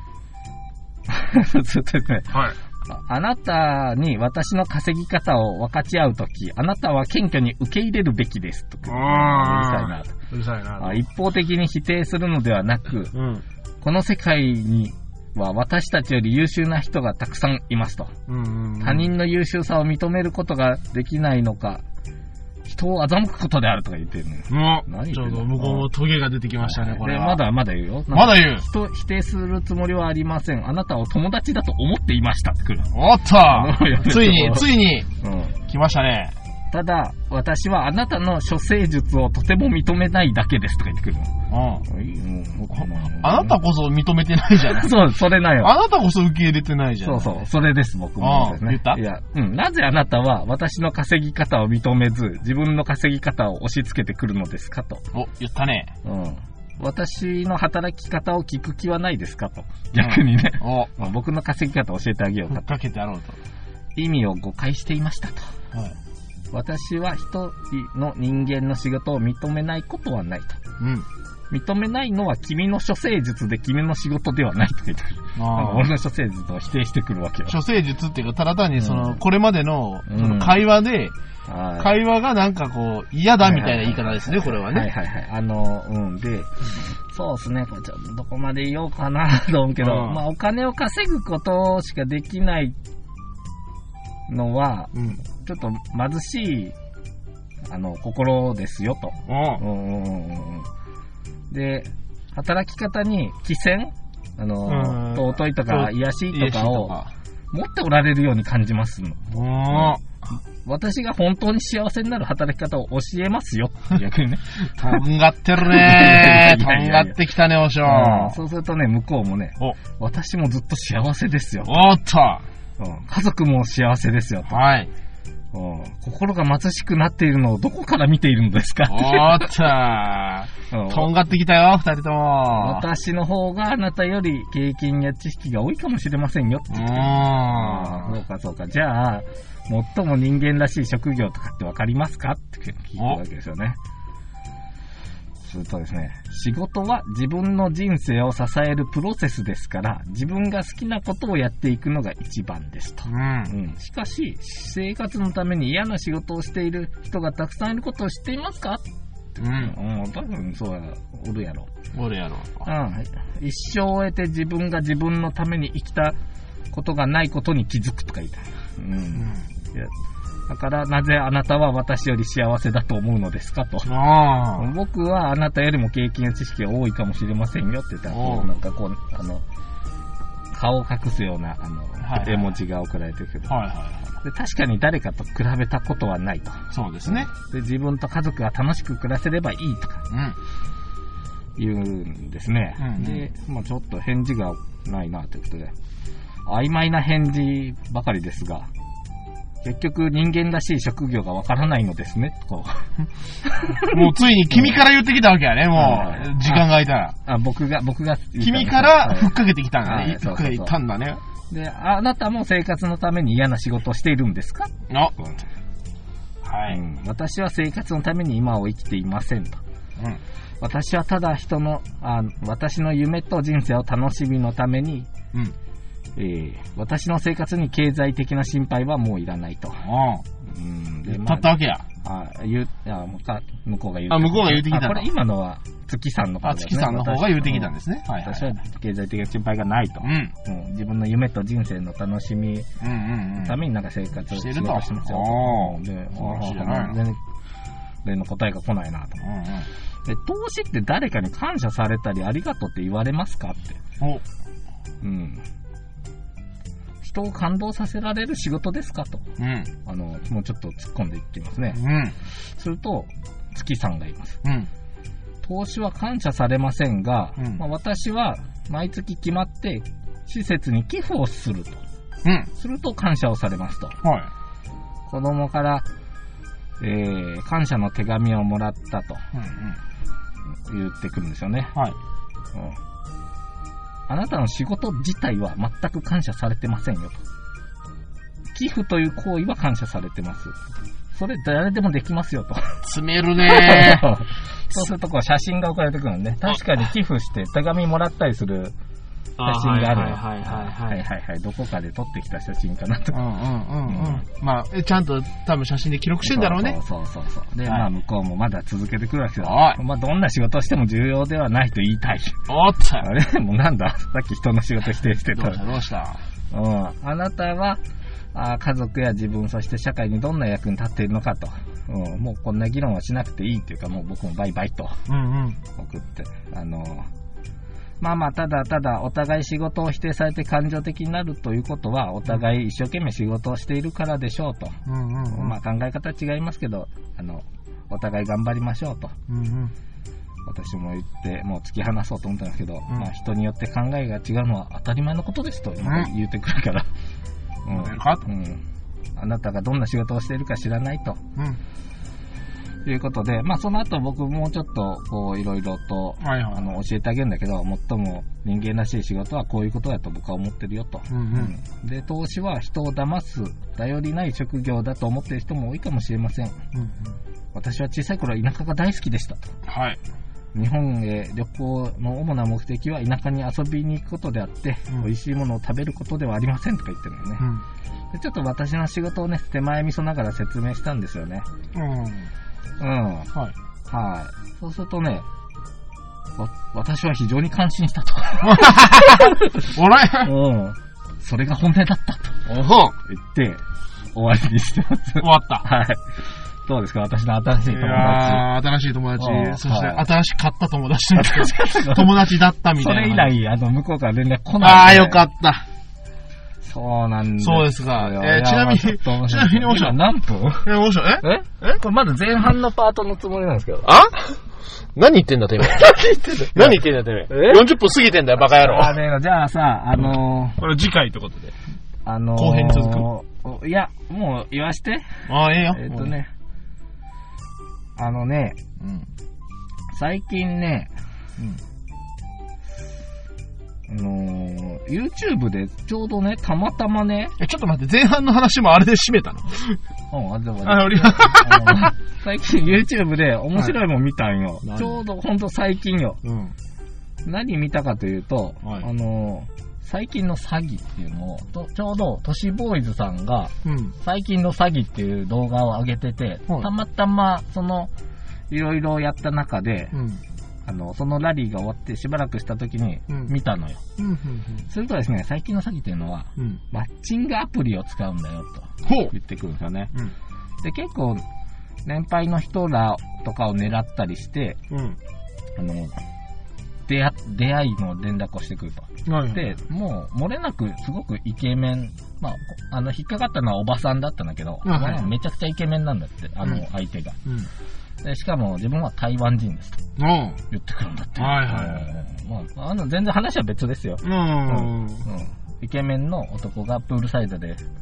そうですね。はい。あなたに私の稼ぎ方を分かち合うとき、あなたは謙虚に受け入れるべきですと。うるさいなと。 うるさいな。 一方的に否定するのではなく、うん、この世界には私たちより優秀な人がたくさんいますと。うんうんうん、他人の優秀さを認めることができないのか、人を欺くことであるとか言ってるのよ。 もう、ちょうど向こうもトゲが出てきましたね、これは。 まだまだ言うよ。 まだ言う。 人否定するつもりはありません。あなたを友達だと思っていましたって来る。 おっとついに、ついに、うん、来ましたね。 ただ、私はあなたの処世術をとても認めないだけですとか言ってくるの。 うん、あなたこそ認めてないじゃない。 そう、それなよ。 あなたこそ受け入れてないじゃない。 そうそう、それです、僕も、ね。 言った？ いや、うん。なぜあなたは私の稼ぎ方を認めず、自分の稼ぎ方を押し付けてくるのですかと。 お、言ったね。 うん。私の働き方を聞く気はないですかと。逆にね。うん、おまあ、僕の稼ぎ方を教えてあげようかと。 かけてやろうと。 意味を誤解していましたと。はい。私は一人の人間の仕事を認めないことはないと。うん。認めないのは君の処世術で君の仕事ではないと言ってくる。あ俺の処世術を否定してくるわけよ。 処世術っていうか、ただ単にその、うん、これまでのその会話で、うん、会話がなんかこう、嫌だみたいな言い方ですね、はいはいはい、これはね。 はいはいはい。あの、うん。で、そうですね、これちょっとどこまで言おうかなと思うけど、うん、まあお金を稼ぐことしかできないのは、うん、ちょっと貧しい、あの、心ですよと。うんうんうんうんで、働き方に寄せあの、尊いとか癒しとかを持っておられるように感じますの。私が本当に幸せになる働き方を教えますよ。逆にね。 とんがってるねー。とんがってきたね、おしょう。そうするとね、向こうもね、私もずっと幸せですよ。 おっと、 うん、家族も幸せですよと。はい。うん、心が貧しくなっているのをどこから見ているのですかおーっとー、うん、とんがってきたよ、二人とも。 私の方があなたより経験や知識が多いかもしれませんよって言ってる。ああ、そうかそうか。じゃあ、最も人間らしい職業とかってわかりますかって聞くわけですよね。するとですね、仕事は自分の人生を支えるプロセスですから、自分が好きなことをやっていくのが一番ですと。うんうん、しかし、生活のために嫌な仕事をしている人がたくさんいることを知っていますか？うん、うん、多分そうや、おるやろ。 おるやろ。 うん、一生を得て自分が自分のために生きたことがないことに気づくとか言いたい。うん。うん、いやだからなぜあなたは私より幸せだと思うのですかと。あ僕はあなたよりも経験や知識が多いかもしれませんよって言ったら、こうなんかこう、あの、顔を隠すような、あの、はいはい、絵文字が送られてるけど、はいはいはい、で。確かに誰かと比べたことはないと。 そうですね。 で、自分と家族が楽しく暮らせればいいとか、うん、言うんですね。うんうん、で、まあちょっと返事がないなということで、曖昧な返事ばかりですが、 結局人間らしい職業がわからないのですね、こう。もうついに君から言ってきたわけやね、もう。時間が空いたら。 あ、僕が、僕が。 君からふっかけてきたんだね。ふっかけてきたんだね。 で、あなたも生活のために嫌な仕事をしているんですか？ あ、 はい、うん。私は生活のために今を生きていませんと。うん、私はただ人のあ、私の夢と人生を楽しみのために、うんえー、私の生活に経済的な心配はもういらないと。 ああ。うん。で、まあ、ったわけや。 あ言う、あ向こうが言う。 あ、向こうが言うてきた。 これ今のは月さんの方ですね。あ、月さんの方が言うてきたんですね。 はい、はい。私は経済的な心配がないと。うん。うん、自分の夢と人生の楽しみのためになんか生活をしてると。してますよと。で、あ全然例の答えが来ないなと。うんうん、で、投資って誰かに感謝されたりありがとうって言われますかって。おうん。人を感動させられる仕事ですかと。うん。あの、もうちょっと突っ込んでいきますね。うん。すると、月さんがいます。うん。投資は感謝されませんが、うんまあ、私は毎月決まって施設に寄付をすると。うん。すると感謝をされますと。はい。子供から、えー、感謝の手紙をもらったと。うんうん。言ってくるんですよね。はい。うんあなたの仕事自体は全く感謝されてませんよと。寄付という行為は感謝されてます。それ誰でもできますよと。 詰めるねー。 そうするとこう写真が送られてくるんで、確かに寄付して手紙もらったりする写真がある。はいはいはいはい。はいはい。どこかで撮ってきた写真かなと。うんうんうんうん。 まあ、ちゃんと多分写真で記録してんだろうね。 そうそうそうそう。で、まあ向こうもまだ続けてくるわけですよ。まあどんな仕事をしても重要ではないと言いたい。 おっと。 あれもうなんださっき人の仕事否定してた。 どうしたどうしたうん。あなたは、あ家族や自分、そして社会にどんな役に立っているのかと。うん。もうこんな議論はしなくていいっていうか、もう僕もバイバイと。うんうん。送って。あの、まあまあ、ただただ、お互い仕事を否定されて感情的になるということは、お互い一生懸命仕事をしているからでしょうと。うんうんうん、まあ考え方違いますけど、あの、お互い頑張りましょうと。うんうん、私も言って、もう突き放そうと思ったんですけど、うん、まあ人によって考えが違うのは当たり前のことですと言ってくるから。うんうん、あなたがどんな仕事をしているか知らないと。うんということで、まあその後僕もうちょっとこういろいろと、はいはい、あの教えてあげるんだけど、最も人間らしい仕事はこういうことだと僕は思ってるよと、うんうんうん。で、投資は人を騙す頼りない職業だと思っている人も多いかもしれません。うんうん、私は小さい頃田舎が大好きでしたと。はい。日本へ旅行の主な目的は田舎に遊びに行くことであって、うん、美味しいものを食べることではありませんとか言ってるのよね、うん、で。ちょっと私の仕事をね、手前味噌ながら説明したんですよね。うんうん。はい。はい。そうするとね、私は非常に感心したと。 おらいうん。それが本音だったと。おほ言って、終わりにしてます。 終わった。 はい。どうですか私の新しい友達。 新しい友達。そして、はい、新しく買った友達ですか友達だったみたいな。 それ以来、あの、向こうから連絡来ない、 ね。ああ、よかった。 そうなんです。 そうですか。えー、ちなみに、ちなみに面白い。 何分え、面白い。ええこれまだ前半のパートのつもりなんですけど。 あ何言ってんだてめえ。何言ってんだ何言ってんだてめえ。よんじゅっぷん過ぎてんだよ、バカ野郎。 あれじゃあさ、あのー、 これ次回ってことで。 あのー、 後編に続くいや、もう言わして。 ああ、ええよ。 えっとね、あのね、うん、最近ね、うんあのー、YouTube でちょうどね、たまたまね。 え、ちょっと待って、前半の話もあれで締めたのうん、あ、でも、 あ、俺は。最近 YouTube で面白いもん見たんよ。はい、ちょうどほんと最近よ。うん、何見たかというと、はい、あのー、最近の詐欺っていうのを、ちょうど都市ボーイズさんが、うん、最近の詐欺っていう動画を上げてて、はい、たまたま、その、いろいろやった中で、うんあの、そのラリーが終わってしばらくした時に見たのよ。うんうんうんうん、するとですね、最近の詐欺というのは、うん、マッチングアプリを使うんだよと言ってくるんですよね。うん、で、結構、年配の人らとかを狙ったりして、うん、あの、出会、出会いの連絡をしてくると。はいはい、で、もう漏れなくすごくイケメン、まあ、あの、引っかかったのはおばさんだったんだけど、はいはい、めちゃくちゃイケメンなんだって、あの相手が。うんうんでしかも自分は台湾人ですと言ってくるんだって。はいはい。まあ、あの全然話は別ですよ。うん、うんうん。イケメンの男がプールサイドで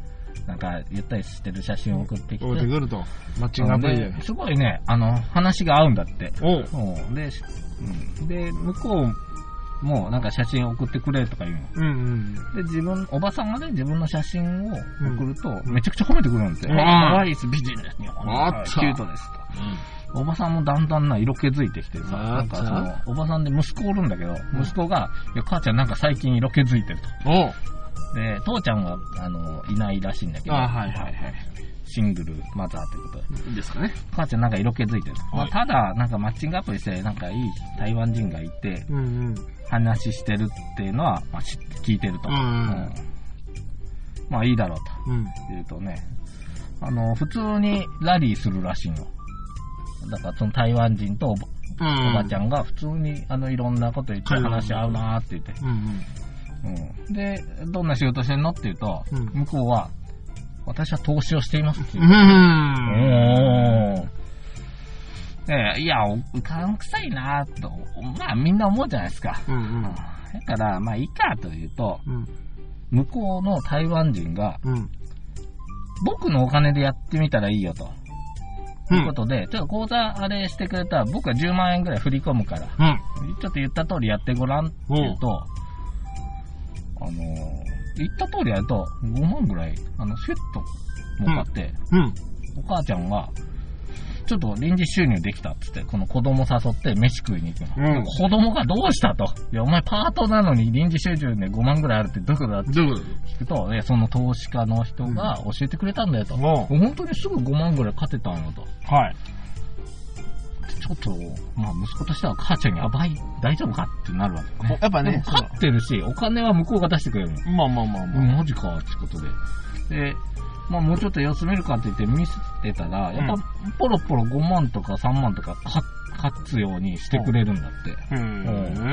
なんか、ゆったりしてる写真を送ってきて。 送ってくると。マッチングアプリで。 すごいね、あの、話が合うんだって。 おう。 で、うん、で、向こう、もうなんか写真送ってくれとか言うの。 うんうん。 で、自分、おばさんがね、自分の写真を送ると、めちゃくちゃ褒めてくるんですよ。 うん、 可愛いです、美人です、日本の。キュートですと。うん、おばさんもだんだんな色気づいてきてさ、なんかその、おばさんで息子おるんだけど、うん、息子が、いや、母ちゃんなんか最近色気づいてると。 おで、父ちゃんは、あの、いないらしいんだけど、 あ、はいはいはい。 シングルマザーってことで。 いいですかね。 母ちゃんなんか色気づいてる。はい、まあ、ただ、なんかマッチングアプリして、なんかいい台湾人がいて、 うんうん、 話してるっていうのは、まあ、聞いてると。 うんうんうん、 まあいいだろうと。うん、言うとね、あの、普通にラリーするらしいの。だからその台湾人とおば、うん、おばちゃんが普通にあのいろんなこと言って話し合うなーって言って。うんうんうん、で、どんな仕事してんのって言うと、うん、向こうは、私は投資をしていますって言う。うんおでいや、うかんくさいなーと、まあみんな思うじゃないですか。うんうん、だから、まあいいかというと、うん、向こうの台湾人が、うん、僕のお金でやってみたらいいよと。ということで、ちょっと口座あれしてくれたら、僕はじゅうまんえんぐらい振り込むから、うん、ちょっと言った通りやってごらんって言うと、あのー、言った通りやるとごまんぐらい、あの、シュッと儲かって、うんうん、お母ちゃんが、ちょっと臨時収入できたっつって、この子供誘って飯食いに行くの。うん、子供がどうしたと。いや、お前パートなのに臨時収入でごまんぐらいあるってどういうことだって聞くと、え、その投資家の人が教えてくれたんだよと。うん、本当にすぐごまんぐらい勝てたんよと。 はい。 ちょっと、まあ息子としては母ちゃんやばい、大丈夫かってなるわけね。 やっぱね。 でも勝ってるし、お金は向こうが出してくれるの。 まあまあまあまあ。 マジかってことで。で、まあもうちょっと様子見るかって言って見せてたら、やっぱポロポロごまんとかさんまんとか勝つようにしてくれるんだって。うん。うん。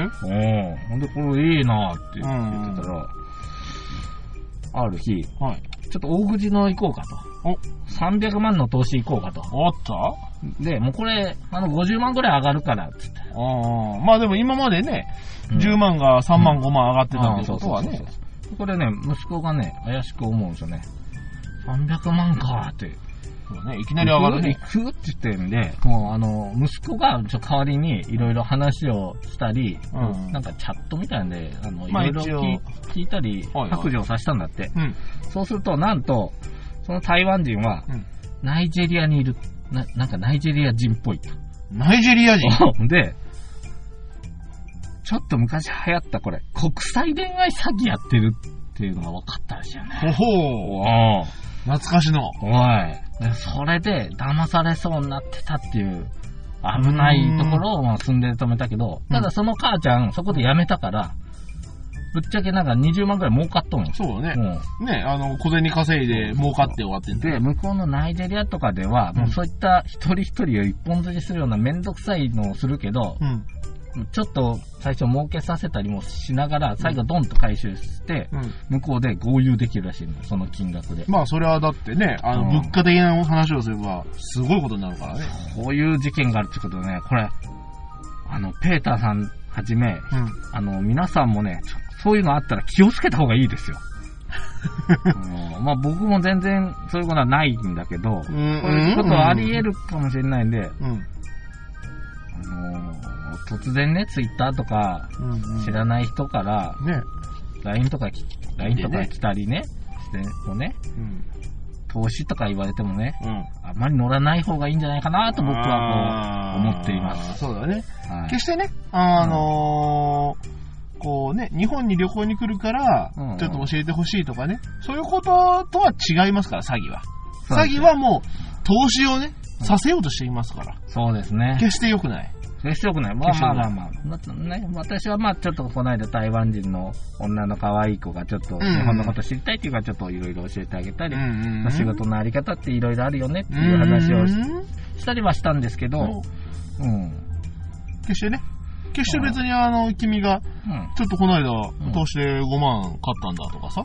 ほんで、これいいなって言ってたら、ある日、はい、ちょっと大口の行こうかと。おさんびゃくまんの投資行こうかと。 おっとで、もうこれ、あの、ごじゅうまんぐらい上がるから、つって。 ああ。まあでも今までね、うん、じゅうまんがさんまんごまん上がってたってことはね。 これね、息子がね、怪しく思うんですよね。さんびゃくまんかーって。 そうね、いきなり上がるね。 行くって言ってるんで、もうあの、息子がちょ代わりにいろいろ話をしたり、うん、なんかチャットみたいなんで、あの、いろいろ聞いたり、白状させたんだって。うん、そうすると、なんと、その台湾人は、ナイジェリアにいる、な、なんかナイジェリア人っぽいと。 ナイジェリア人で、ちょっと昔流行ったこれ、国際恋愛詐欺やってるっていうのが分かったらしいよね。 ほほー。懐かしの。 おい。それで騙されそうになってたっていう危ないところを住んで止めたけど、ただその母ちゃんそこで辞めたから、ぶっちゃけなんかにじゅうまんくらい儲かっとんよ。 そうね。うん、ね、あの、小銭稼いで儲かって終わってんで、向こうのナイジェリアとかでは、もうそういった一人一人を一本釣りするようなめんどくさいのをするけど、うんちょっと最初儲けさせたりもしながら、最後ドンと回収して、向こうで合流できるらしいの、その金額で。 まあそれはだってね、あの、物価的な話をすれば、すごいことになるからね。 こういう事件があるってことでね、これ、あの、ペーターさんはじめ、うん、あの、皆さんもね、そういうのあったら気をつけた方がいいですよ。うん、まあ僕も全然そういうことはないんだけど、こういうことはあり得るかもしれないんで、うんあのー、突然ね、ツイッターとか、知らない人から、ね、ライン とか、ライン とか来たりね、してもね、うん、投資とか言われてもね、うん、あんまり乗らない方がいいんじゃないかなと僕はこう、思っています。 そうだね。はい、決してね、あのー、うん、こうね、日本に旅行に来るから、うんうん、ちょっと教えてほしいとかね、そういうこととは違いますから、詐欺は。詐欺はもう、投資をね、させようとしていますから。 そうですね。 決して良くない。 決して良くない。まあまあまあまあ。ね、私はまあちょっとこの間台湾人の女の可愛い子がちょっと日本のこと知りたいっていうかちょっといろいろ教えてあげたり、うんうんまあ、仕事のあり方っていろいろあるよねっていう話を し,、うんうん、したりはしたんですけど、うん。 決してね。決して別にあの、君が、ちょっとこの間、投資でごまん買ったんだとかさ、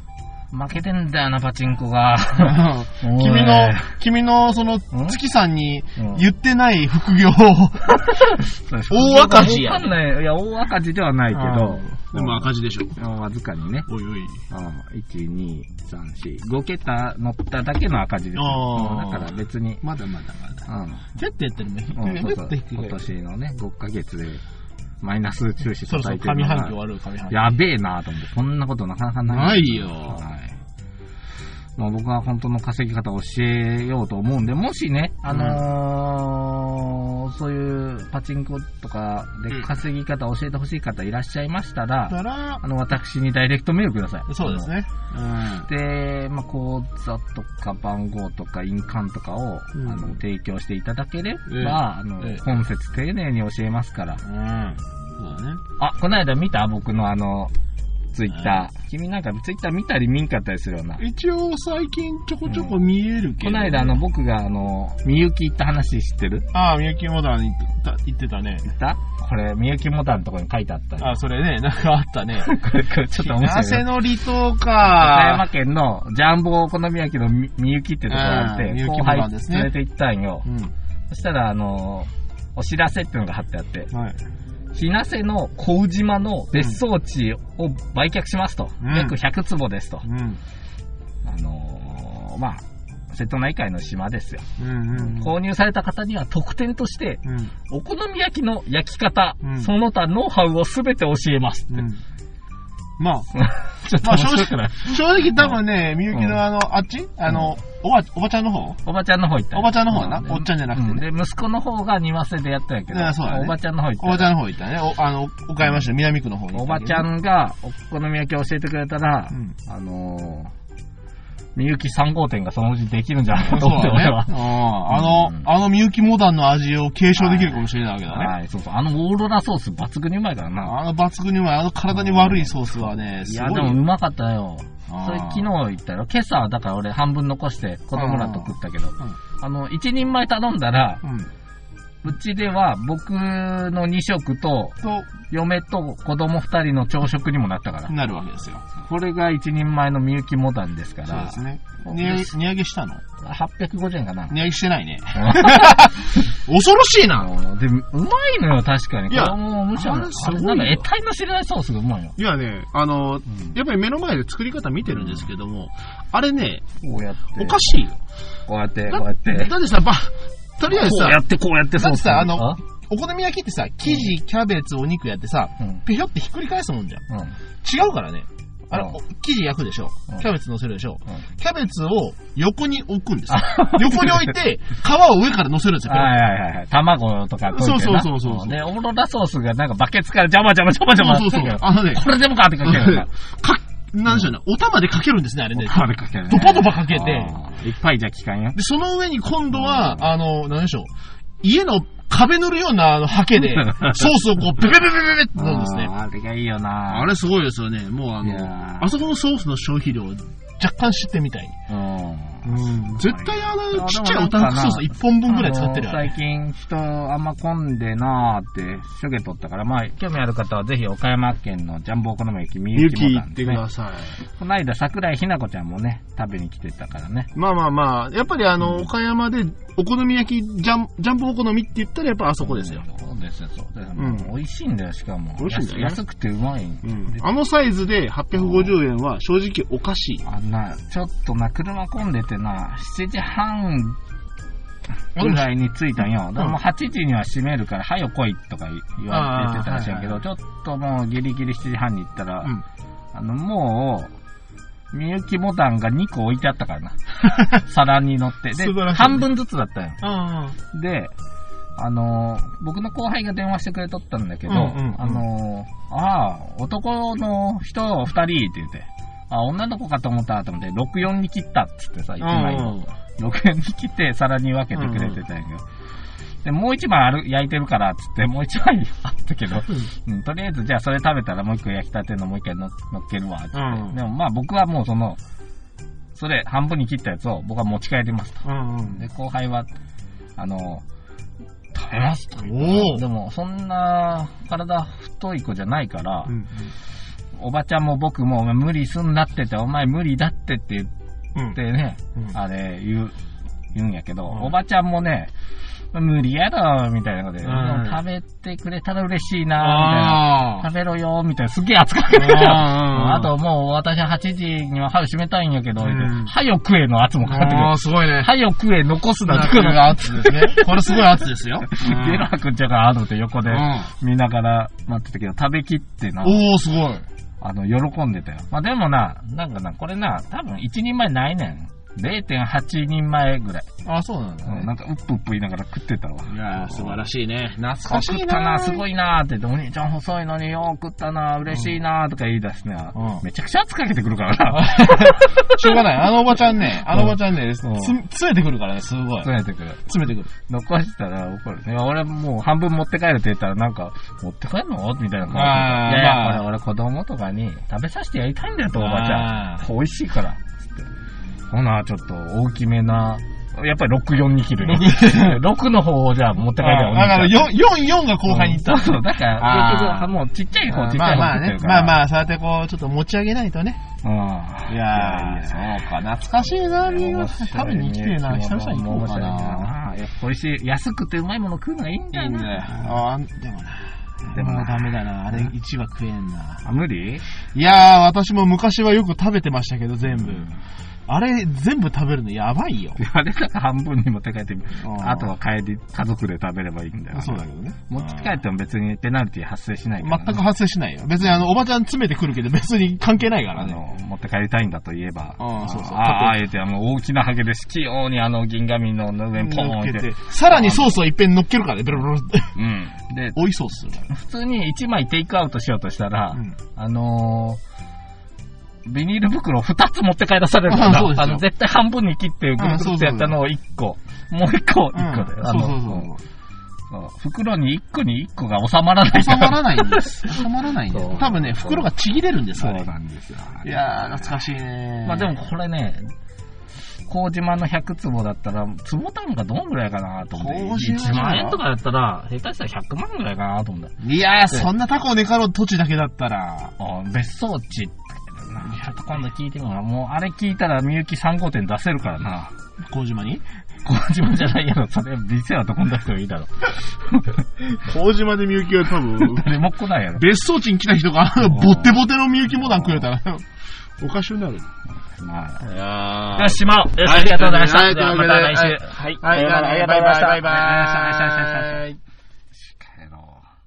負けてんだよな、パチンコが。 君の、君の、その、月さんに言ってない副業、大赤字や。 わかんない。いや、大赤字ではないけど。 でも赤字でしょ。 わずかにね。 おいおい。 いち、に、さん、よん、ご桁乗っただけの赤字ですよ。だから別に。 まだまだまだ。うん。ちょっとやってるね。 今年のね、ごかげつで。マイナス収支叩いてるのが。上半期終わる、上半期。 やべえなと思って、そんなことなかなかない。 ないよ。 はい。まあ僕は本当の稼ぎ方を教えようと思うんで、もしね、あのーうん、そういうパチンコとかで稼ぎ方を教えてほしい方いらっしゃいましたら、うん、あの、私にダイレクトメールください。 そうですね。 うん、で、まあ口座とか番号とか印鑑とかを、うん、あの提供していただければ、えー、あの、えー、本節丁寧に教えますから。うん。そうだね。あ、この間見た僕のあの、ツイッター。君なんかツイッター見たり見んかったりするよな。 一応最近ちょこちょこ見えるけど、ね。 この間あの僕があの、みゆき行った話知ってる？ ああ、みゆきモダン行った言ってたね。 言ったこれ、みゆきモダンのところに書いてあった。 ああ、それね、なんかあったね。 これ、これちょっと面白い。 日生の離島か。 岡山県のジャンボお好み焼きのみゆきってところがあって、後輩連れて行ったんよ。うん、そしたらあの、お知らせっていうのが貼ってあって。はい。日生の小宇島の別荘地を売却しますと。うん、約ひゃくつぼですと。うん、あのー、まあ、瀬戸内海の島ですよ。うんうんうん、購入された方には特典として、うん、お好み焼きの焼き方、うん、その他ノウハウをすべて教えますって。うんまあ、ちょっと正直、正直多分ね、みゆきのあの、あっちあの、おば、おばちゃんの方おばちゃんの方行った。 おばちゃんの方な、おっちゃんじゃなくてね。で、息子の方が庭瀬でやったんやけど、そうだね。おばちゃんの方行った。 おばちゃんの方行ったね。お、あの、岡山市の南区の方に。 おばちゃんがお好み焼きを教えてくれたら、あの、みゆきさん号店がそのうちできるんじゃないかと思って、俺は。 あの、あのみゆきモダンの味を継承できるかもしれないわけだね。 はい、そうそう。あのオーロラソース抜群にうまいからな。 あの抜群にうまい。あの体に悪いソースはね、 いや、でもうまかったよ。それ昨日言ったよ。今朝、だから俺半分残して子供らと食ったけど、あの、一人前頼んだら、うちでは僕のに食と、嫁と子供ふたりの朝食にもなったから。 なるわけですよ。 これが一人前のみゆきモダンですから。 そうですね。値上げ、値上げしたの ? はっぴゃくごじゅうえんかな。 値上げしてないね。恐ろしいな。 で、うまいのよ、確かに。いや、もうむしろ、なんか得体の知れないソースがうまいよ。 いやね、あの、うん、やっぱり目の前で作り方見てるんですけども、あれね、 こうやって。 おかしいよ。 こうやって、こうやって。 だってさ、ば、とりあえずさ、 こうやって、こうやってそうさ、あの、お好み焼きってさ、生地、キャベツ、お肉やってさ、うん、ペヒョってひっくり返すもんじゃん。うん、違うからね。あれ、うん、生地焼くでしょ、うん、キャベツ乗せるでしょ、うん、キャベツを横に置くんですよ。横に置いて、皮を上から乗せるんですよ。 はいはいはい。卵とか溶いてな。 そうそうそうそう。 で、オーロラソースがなんかバケツから邪魔邪魔邪魔邪魔。 そうそうそう。あのね、 これでもかってかける。 か、なんでしょうね。お玉でかけるんですね、あれね。 お玉でかける、ね。 ドパドパかけて。 いっぱいじゃ効かんよ。 で、その上に今度は、あの、なんでしょう。家の壁塗るようなあのハケで、ソースをこう、ペペペペペペってなるんですね。 あれがいいよな。 あれすごいですよね。もうあの、あそこのソースの消費量、若干知ってみたい。うん。絶対あの、ちっちゃいおたふくソースいっぽんぶんぐらい使ってるよ。 最近人あんま混んでなーって、しょげとったから、まあ、興味ある方はぜひ岡山県のジャンボお好み焼きみゆきモダン、ね。 行ってください。 この間桜井ひな子ちゃんもね、食べに来てたからね。 まあまあまあ、やっぱりあの、うん、岡山でお好み焼き、ジャン、ジャンボお好みって言ったらやっぱあそこですよ。 そうですよ、そうですよ。うん。美味しいんだよ、しかも。 美味しいんだよ、ね。 安くてうまい。うん。 あのサイズではっぴゃくごじゅうえんは正直おかしい。 あんな、ちょっとな、車混んでてな、しちじはんぐらいに着いたんよ。でもはちじには閉めるから、はよ来いとか言われてたらしいんやけど、ちょっともうギリギリしちじはんに行ったら、うん、あの、もう、みゆきモダンがにこ置いてあったからな。皿に乗って。で、ね、半分ずつだったよ。で、あのー、僕の後輩が電話してくれとったんだけど、うんうんうん、あのー、ああ、男の人ふたりって言って、あ、女の子かと思ったと思って、ろくよんに切ったっつってさ、いちまいを。ろくよんに切って皿に分けてくれてたんやけど。で、もう一枚ある、焼いてるからっつって、もう一枚あったけど、うん、とりあえずじゃあそれ食べたらもう一個焼きたてのもう一回の乗っけるわ、つって、うん。でもまあ僕はもうその、それ半分に切ったやつを僕は持ち帰りますと。うんうん、で、後輩は、あの、食べますと。でもそんな体太い子じゃないから、うんうん、 おばちゃんも僕も無理すんなってて、お前無理だってって言ってね、うんうん、あれ言う、言うんやけど、うん、おばちゃんもね、無理やろ、みたいなことで、うん、食べてくれたら嬉しいな、みたいな。食べろよ、みたいな。すげえ熱かったから。あともう私はちじには歯閉めたいんやけど、歯よ食えの圧もかかってくる。 ああ、すごいね。 歯よ食え残すなってくる。圧ですね。これすごい圧ですよ。 ゲラーくんちゃがあるって横で見ながら待ってたけど、食べきってな。 おー、すごい。 あの、喜んでたよ。まあ、でもな、なんかな、これな、多分一人前ないねん。れいてんはちにんまえぐらい。 あ、そうなんだ、ね。 うん、なんか、うっぷうっぷ言いながら食ってたわ。 いやー、素晴らしいね。懐かしいなー。 食ったなー、すごいなーって言って、お兄ちゃん細いのによー食ったなー、嬉しいなーとか言い出すね、うん。めちゃくちゃ圧かけてくるからな。 しょうがない。あのおばちゃんね、あのおばちゃんね、うん、つ詰めてくるからね、すごい。 詰めてくる。 詰めてくる。 残したら怒る。いや、俺もう半分持って帰るって言ったら、なんか、持って帰るのみたいな感じで。あいやいや、まあ、これ俺子供とかに食べさせてやりたいんだよと、おばちゃん。美味しいから。ほな、ちょっと大きめな、やっぱりろくよんに切るよ。ろくの方をじゃあ持って帰るよ。 だからよん、よん、よんが後輩に行った。 そうそう、だから、結局、もうちっちゃい方、ちっちゃい方まあまあね。まあまあ、そうやってこう、ちょっと持ち上げないとね。 うん。いやー、そうか、懐かしいな、みんな。食べに来てえな、久々に行こうかな。 美味しい、安くてうまいもの食うのがいいんだよ。いいんだよ。 あー、でもな。でもダメだな。あれいちは食えんな。 あ、無理？ いやー、私も昔はよく食べてましたけど、全部。あれ、全部食べるのやばいよ。 あれなんか半分に持って帰ってみる。あとは帰り、家族で食べればいいんだよ。 そうだけどね。 持って帰っても別にペナルティ発生しないから、 ね。全く発生しないよ。別にあの、おばちゃん詰めてくるけど別に関係ないからね。 あの、持って帰りたいんだと言えば。 ああ、そうそう。 ああ、言うて、あの、大きなハゲで器用にあの、銀紙の上にポーンって。 さらにソースをいっぺん乗っけるからね、ベロベロって。 うん。で、 追いソース。 普通にいちまいテイクアウトしようとしたら、うん、あのー、ビニール袋ふたつ持って帰らされるから、あの、絶対半分に切ってグルグルってやったのをいっこ、もういっこ、いっこで。あの、そうそうそう。袋にいっこにいっこが収まらない収まらないんです。収まらないんです。多分ね、袋がちぎれるんですよ。 そうなんですよ。 いやー、懐かしいね。 まあでもこれね、麹島のひゃくつぼだったら、坪単価どんぐらいかなと思って。いちまんえんとかだったら、下手したらひゃくまんぐらいかなと思って。 いやー、そんなタコネカの土地だけだったら。 あ、別荘地。ちょっと今度聞いてみような。もうあれ聞いたらみゆきさん号店出せるからな。 麹島に麹島じゃないやろ。それ店はどこに出してもいいだろ。 麹島でみゆきは多分。 誰も来ないやろ。 別荘地に来た人が、ボッテボテのみゆきモダン食えたら、おかしくなる。 まあ。よし、しまおう。よし、ありがとうございました。ではまた来週。はい。 はい、バイバイ。バイバイ。バイバイ。 バイバイ。